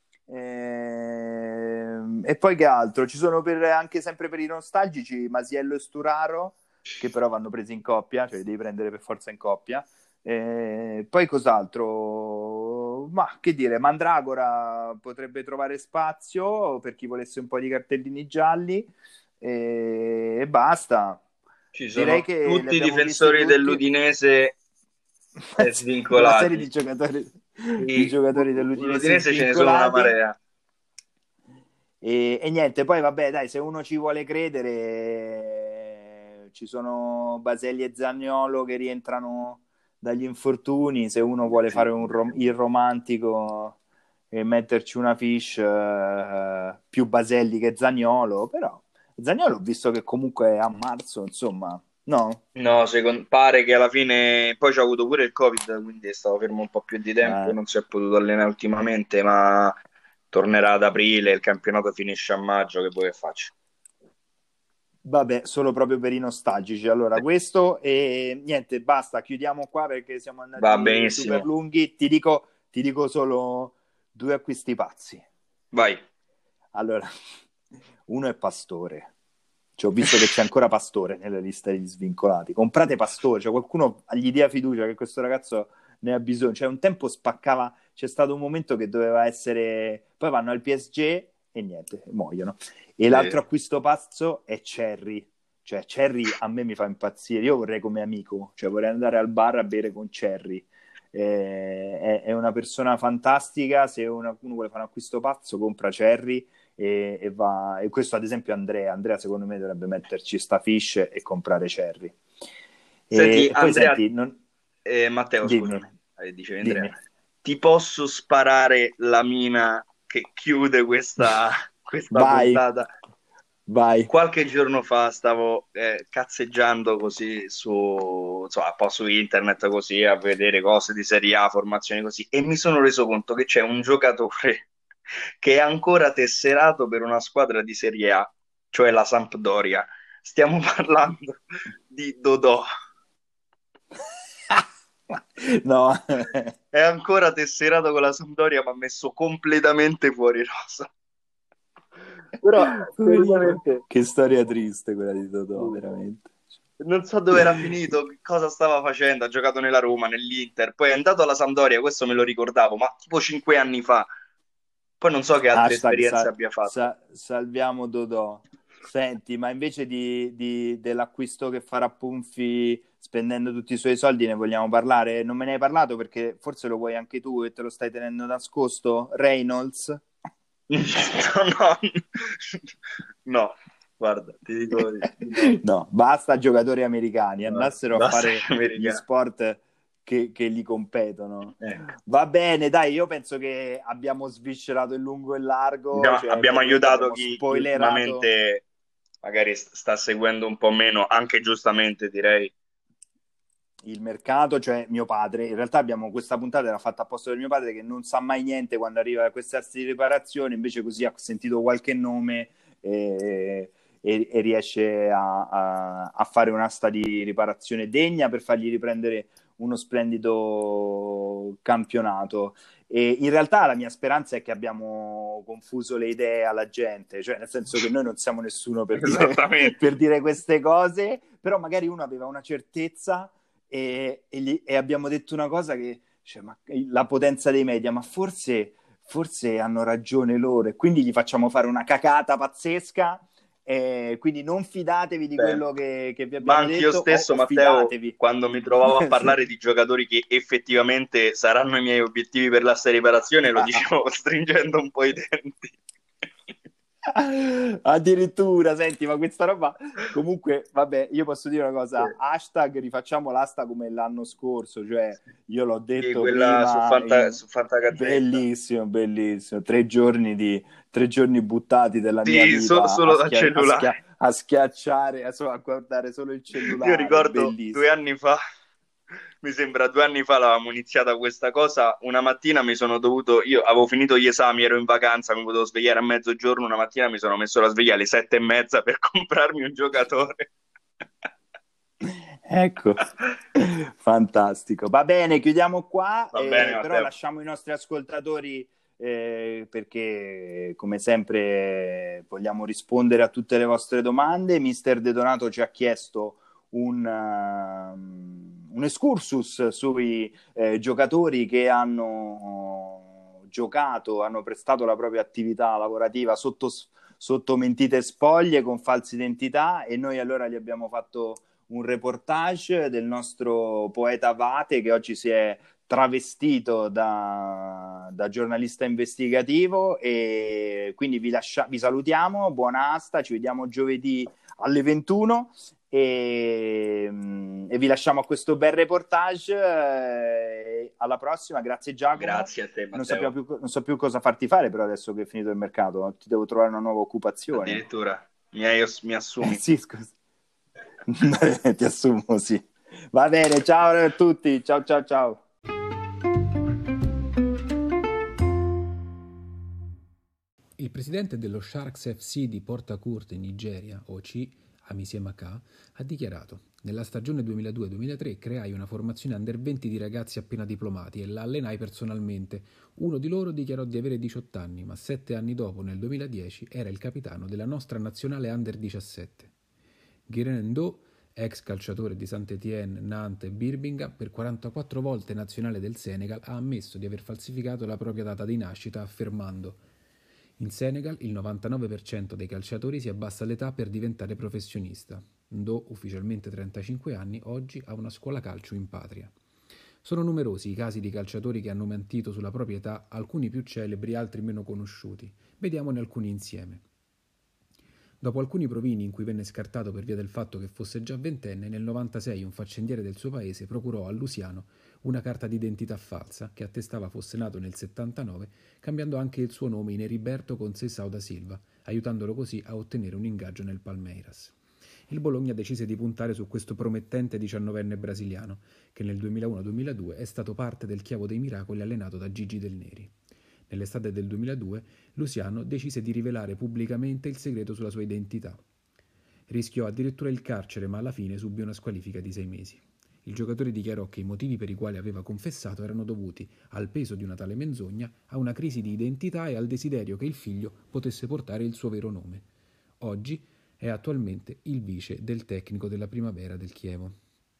ehm, e poi che altro? Ci sono per, anche sempre per i nostalgici Masiello e Sturaro, che però vanno presi in coppia, cioè li devi prendere per forza in coppia. Eh, poi cos'altro? Ma che dire, Mandragora potrebbe trovare spazio per chi volesse un po' di cartellini gialli e, e basta. Ci Direi sono che li tutti i abbiamo visti difensori tutti. dell'Udinese eh, Una serie di svincolati. giocatori, di Sì, giocatori u- u- dell'Udinese l'Udinese ce ne sono una svincolati. marea. E, e niente, poi vabbè, dai, se uno ci vuole credere, ci sono Baselli e Zaniolo che rientrano dagli infortuni. Se uno vuole Sì. fare un rom- il romantico e metterci una fish, eh, più Baselli che Zaniolo, però Zaniolo ho visto che comunque a marzo, insomma, no? No, secon- pare che alla fine poi c'ha avuto pure il Covid, quindi è stato fermo un po' più di tempo e Eh, non si è potuto allenare ultimamente, ma tornerà ad aprile, il campionato finisce a maggio, che vuoi che faccia? vabbè, solo proprio per i nostalgici. Allora, questo e niente, basta, chiudiamo qua perché siamo Va andati super benissimo, lunghi. Ti dico, ti dico solo due acquisti pazzi. vai. Allora, uno è Pastore. Cioè, ho visto che c'è ancora Pastore nella lista degli svincolati. Comprate Pastore, cioè qualcuno gli dia fiducia che questo ragazzo ne ha bisogno. Cioè, un tempo spaccava, c'è stato un momento che doveva essere... Poi vanno al P S G e niente, muoiono. E l'altro Sì. acquisto pazzo è Cherry. Cioè, Cherry a me mi fa impazzire. Io vorrei come amico, cioè vorrei andare al bar a bere con Cherry. Eh, è, è una persona fantastica. Se una- uno vuole fare un acquisto pazzo, compra Cherry e, e va. E questo, ad esempio, Andrea. Andrea, secondo me, dovrebbe metterci sta fish e comprare Cherry. E, Senti, e poi Andrea, senti, non... eh, Matteo, dimmi, scusami, eh, dicevi Andrea, dimmi. ti posso sparare la mina che chiude questa, questa Vai, puntata? vai. Qualche giorno fa stavo eh, cazzeggiando così su, insomma, un po' su internet così a vedere cose di Serie A, formazioni così, e mi sono reso conto che c'è un giocatore che è ancora tesserato per una squadra di Serie A, cioè la Sampdoria. Stiamo parlando di Dodò. No. È ancora tesserato con la Sampdoria, ma messo completamente fuori rosa. Però, Poverino. seriamente, Che storia triste quella di Totò, veramente. non so dove era finito, che cosa stava facendo. Ha giocato nella Roma, nell'Inter, poi è andato alla Sampdoria, questo me lo ricordavo, ma tipo cinque anni fa. Poi non so che altre Hashtag esperienze sa- abbia fatto. sa- salviamo Dodò. Senti, ma invece di, di- dell'acquisto che farà Punfi spendendo tutti i suoi soldi, ne vogliamo parlare? Non me ne hai parlato perché forse lo vuoi anche tu e te lo stai tenendo nascosto? Reynolds? No, no, guarda, ti dico di no. No, basta giocatori americani, No, andassero a basta fare che gli americano. sport che, che li competono. Ecco. Va bene, dai, io penso che abbiamo sviscerato in lungo e largo, Abbiamo, cioè abbiamo praticamente aiutato abbiamo chi, chi spoilerato ultimamente magari st- sta seguendo un po' meno, anche giustamente direi. il mercato, cioè mio padre. In realtà abbiamo questa puntata era fatta apposta per mio padre che non sa mai niente quando arriva a queste arti di riparazione, invece così ha sentito qualche nome e, e- e riesce a, a- a fare un'asta di riparazione degna per fargli riprendere uno splendido campionato. E in realtà la mia speranza è che abbiamo confuso le idee alla gente, cioè nel senso che noi non siamo nessuno per dire, Esattamente. per dire queste cose, però magari uno aveva una certezza e, e, gli, e abbiamo detto una cosa che, cioè, ma, la potenza dei media, ma forse, forse hanno ragione loro e quindi gli facciamo fare una cacata pazzesca, e quindi non fidatevi di Beh, quello che, che vi ma abbiamo anch'io detto o, stesso, o Matteo, fidatevi. quando mi trovavo a parlare di giocatori che effettivamente saranno i miei obiettivi per la riparazione, lo dicevo stringendo un po' i denti. Addirittura, senti, ma questa roba comunque, vabbè, io posso dire una cosa, hashtag rifacciamo l'asta come l'anno scorso, cioè io l'ho Sì, detto quella su, prima, Fanta, in... su Fantagazzetta. bellissimo, bellissimo, tre giorni di tre giorni buttati della mia Sì, so- vita a, solo dal schia... a, schia... cellulare. a schiacciare, a, so- a guardare solo il Io cellulare, ricordo due bellissimo. anni fa, mi sembra due anni fa l'avevamo iniziata questa cosa. Una mattina mi sono dovuto, io avevo finito gli esami, ero in vacanza, mi potevo svegliare a mezzogiorno. Una mattina mi sono messo la sveglia alle sette e mezza per comprarmi un giocatore. Ecco, fantastico. Va bene, chiudiamo qua, Va bene, eh, però Matteo. lasciamo i nostri ascoltatori eh, perché, come sempre, vogliamo rispondere a tutte le vostre domande. Mister De Donato ci ha chiesto un, um, un excursus sui eh, giocatori che hanno giocato, hanno prestato la propria attività lavorativa sotto, sotto mentite spoglie con false identità, e noi allora gli abbiamo fatto un reportage del nostro poeta Vate, che oggi si è travestito da, da giornalista investigativo, e quindi vi, lascia, vi salutiamo, buona asta, ci vediamo giovedì alle ventuno, e, e vi lasciamo a questo bel reportage. Eh, alla prossima, grazie Giacomo. Grazie a te, non, Matteo. più, non so più cosa farti fare però adesso che è finito il mercato, ti devo trovare una nuova occupazione. Addirittura mi, hai, mi assumi. Eh, sì, scusa. Ti assumo, sì. Va bene, ciao a tutti, ciao ciao ciao. Il presidente dello Sharks F C di Port Harcourt in Nigeria, O C, Amisie Maka, ha dichiarato: nella stagione duemiladue duemilatré creai una formazione under venti di ragazzi appena diplomati e la allenai personalmente. Uno di loro dichiarò di avere diciotto anni, ma sette anni dopo, nel duemiladieci, era il capitano della nostra nazionale under diciassette. Guirin Ndo, ex calciatore di Saint-Étienne, Nantes e Birmingham, per quarantaquattro volte nazionale del Senegal, ha ammesso di aver falsificato la propria data di nascita, affermando: in Senegal il novantanove per cento dei calciatori si abbassa l'età per diventare professionista. Ndo, ufficialmente trentacinque anni, oggi ha una scuola calcio in patria. Sono numerosi i casi di calciatori che hanno mentito sulla propria età, alcuni più celebri, altri meno conosciuti. Vediamone alcuni insieme. Dopo alcuni provini in cui venne scartato per via del fatto che fosse già ventenne, nel novantasei un faccendiere del suo paese procurò a Luciano una carta d'identità falsa che attestava fosse nato nel settantanove, cambiando anche il suo nome in Heriberto Conceição da Silva, aiutandolo così a ottenere un ingaggio nel Palmeiras. Il Bologna decise di puntare su questo promettente diciannovenne brasiliano, che nel duemilauno duemiladue è stato parte del Chievo dei Miracoli allenato da Gigi Del Neri. Nell'estate del duemiladue, Luciano decise di rivelare pubblicamente il segreto sulla sua identità. Rischiò addirittura il carcere, ma alla fine subì una squalifica di sei mesi. Il giocatore dichiarò che i motivi per i quali aveva confessato erano dovuti al peso di una tale menzogna, a una crisi di identità e al desiderio che il figlio potesse portare il suo vero nome. Oggi è attualmente il vice del tecnico della Primavera del Chievo.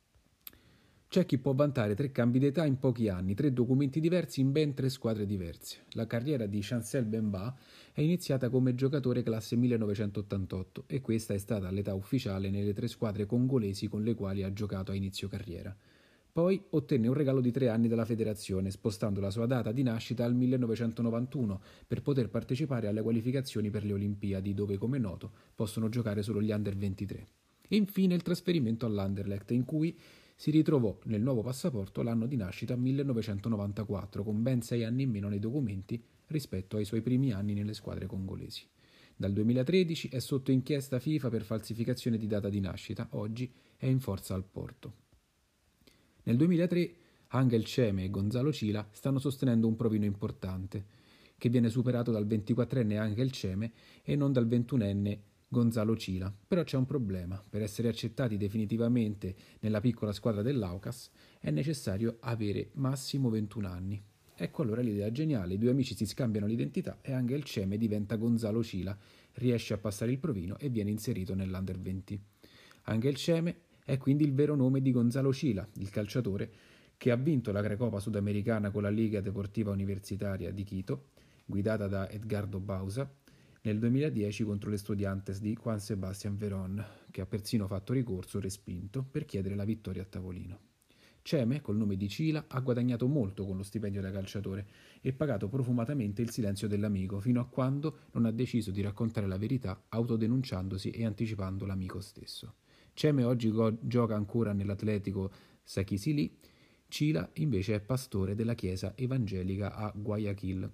C'è chi può vantare tre cambi d'età in pochi anni, tre documenti diversi in ben tre squadre diverse. La carriera di Chancel Bemba è iniziata come giocatore classe millenovecentottantotto e questa è stata l'età ufficiale nelle tre squadre congolesi con le quali ha giocato a inizio carriera. Poi ottenne un regalo di tre anni dalla federazione, spostando la sua data di nascita al millenovecentonovantuno per poter partecipare alle qualificazioni per le Olimpiadi, dove, come noto, possono giocare solo gli under ventitré. E infine il trasferimento all'Anderlecht, in cui si ritrovò nel nuovo passaporto l'anno di nascita millenovecentonovantaquattro, con ben sei anni in meno nei documenti rispetto ai suoi primi anni nelle squadre congolesi. Dal duemilatredici è sotto inchiesta FIFA per falsificazione di data di nascita, oggi è in forza al Porto. Nel duemilatré Angel Cheme e Gonzalo Cila stanno sostenendo un provino importante, che viene superato dal ventiquattrenne Angel Cheme e non dal ventunenne Gonzalo Cila. Però c'è un problema: per essere accettati definitivamente nella piccola squadra dell'Aucas è necessario avere massimo ventuno anni. Ecco allora l'idea geniale: i due amici si scambiano l'identità e Angel Cheme diventa Gonzalo Cila, riesce a passare il provino e viene inserito nell'Under venti. Angel Cheme è quindi il vero nome di Gonzalo Cila, il calciatore che ha vinto la Recopa Sudamericana con la Liga Deportiva Universitaria di Quito, guidata da Edgardo Bausa, nel duemiladieci contro le Estudiantes di Juan Sebastián Verón, che ha persino fatto ricorso respinto per chiedere la vittoria a tavolino. Cheme, col nome di Cila, ha guadagnato molto con lo stipendio da calciatore e pagato profumatamente il silenzio dell'amico, fino a quando non ha deciso di raccontare la verità, autodenunciandosi e anticipando l'amico stesso. Cheme oggi go- gioca ancora nell'Atletico Sakhisi, Cila invece è pastore della chiesa evangelica a Guayaquil.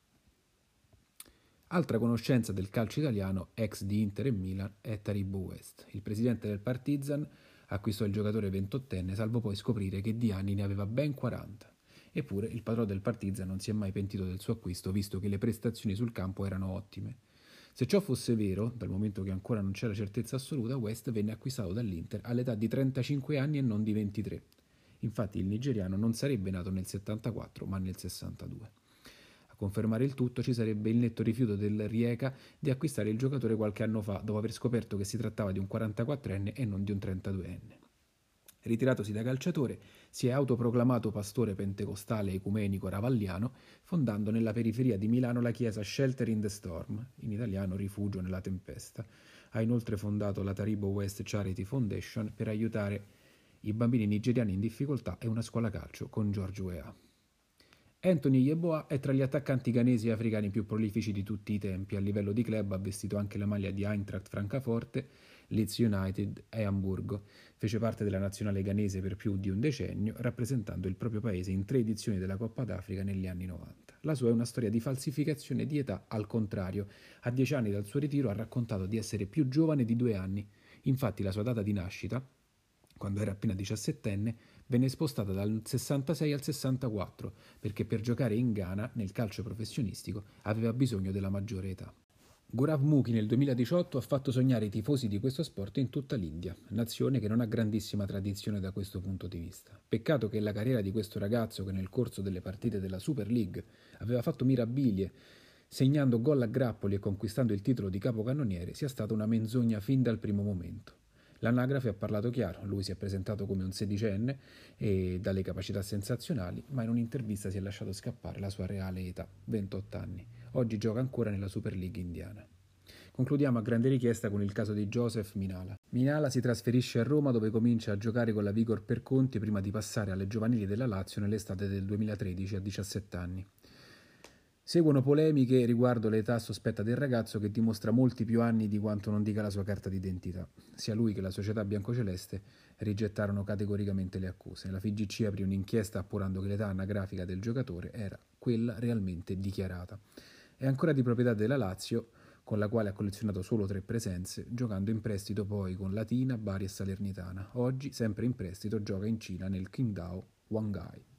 Altra conoscenza del calcio italiano, ex di Inter e Milan, è Taribo West. Il presidente del Partizan acquistò il giocatore ventottenne, salvo poi scoprire che di anni ne aveva ben quaranta. Eppure il padrone del Partizan non si è mai pentito del suo acquisto, visto che le prestazioni sul campo erano ottime. Se ciò fosse vero, dal momento che ancora non c'era certezza assoluta, West venne acquistato dall'Inter all'età di trentacinque anni e non di ventitré. Infatti il nigeriano non sarebbe nato nel settantaquattro, ma nel sessantadue. A confermare il tutto ci sarebbe il netto rifiuto del Rijeka di acquistare il giocatore qualche anno fa, dopo aver scoperto che si trattava di un quarantaquattrenne e non di un trentaduenne. Ritiratosi da calciatore, si è autoproclamato pastore pentecostale ecumenico ravalliano, fondando nella periferia di Milano la chiesa Shelter in the Storm, in italiano Rifugio nella tempesta. Ha inoltre fondato la Taribo West Charity Foundation per aiutare i bambini nigeriani in difficoltà e una scuola calcio con George Weah. Anthony Yeboah è tra gli attaccanti ghanesi e africani più prolifici di tutti i tempi. A livello di club ha vestito anche la maglia di Eintracht Francoforte, Leeds United e Amburgo. Fece parte della nazionale ghanese per più di un decennio, rappresentando il proprio paese in tre edizioni della Coppa d'Africa negli anni novanta. La sua è una storia di falsificazione di età al contrario. A dieci anni dal suo ritiro ha raccontato di essere più giovane di due anni. Infatti la sua data di nascita, quando era appena diciassettenne, venne spostata dal sessantasei al sessantaquattro, perché per giocare in Ghana, nel calcio professionistico, aveva bisogno della maggiore età. Gaurav Mukhi nel duemiladiciotto ha fatto sognare i tifosi di questo sport in tutta l'India, nazione che non ha grandissima tradizione da questo punto di vista. Peccato che la carriera di questo ragazzo, che nel corso delle partite della Super League aveva fatto mirabilie, segnando gol a grappoli e conquistando il titolo di capocannoniere, sia stata una menzogna fin dal primo momento. L'anagrafe ha parlato chiaro, lui si è presentato come un sedicenne e dalle capacità sensazionali, ma in un'intervista si è lasciato scappare la sua reale età, ventotto anni. Oggi gioca ancora nella Super League indiana. Concludiamo a grande richiesta con il caso di Joseph Minala. Minala si trasferisce a Roma, dove comincia a giocare con la Vigor Perconti prima di passare alle giovanili della Lazio nell'estate del duemilatredici a diciassette anni. Seguono polemiche riguardo l'età sospetta del ragazzo, che dimostra molti più anni di quanto non dica la sua carta d'identità. Sia lui che la società biancoceleste rigettarono categoricamente le accuse. La F I G C aprì un'inchiesta appurando che l'età anagrafica del giocatore era quella realmente dichiarata. È ancora di proprietà della Lazio, con la quale ha collezionato solo tre presenze, giocando in prestito poi con Latina, Bari e Salernitana. Oggi, sempre in prestito, gioca in Cina nel Qingdao Huanghai.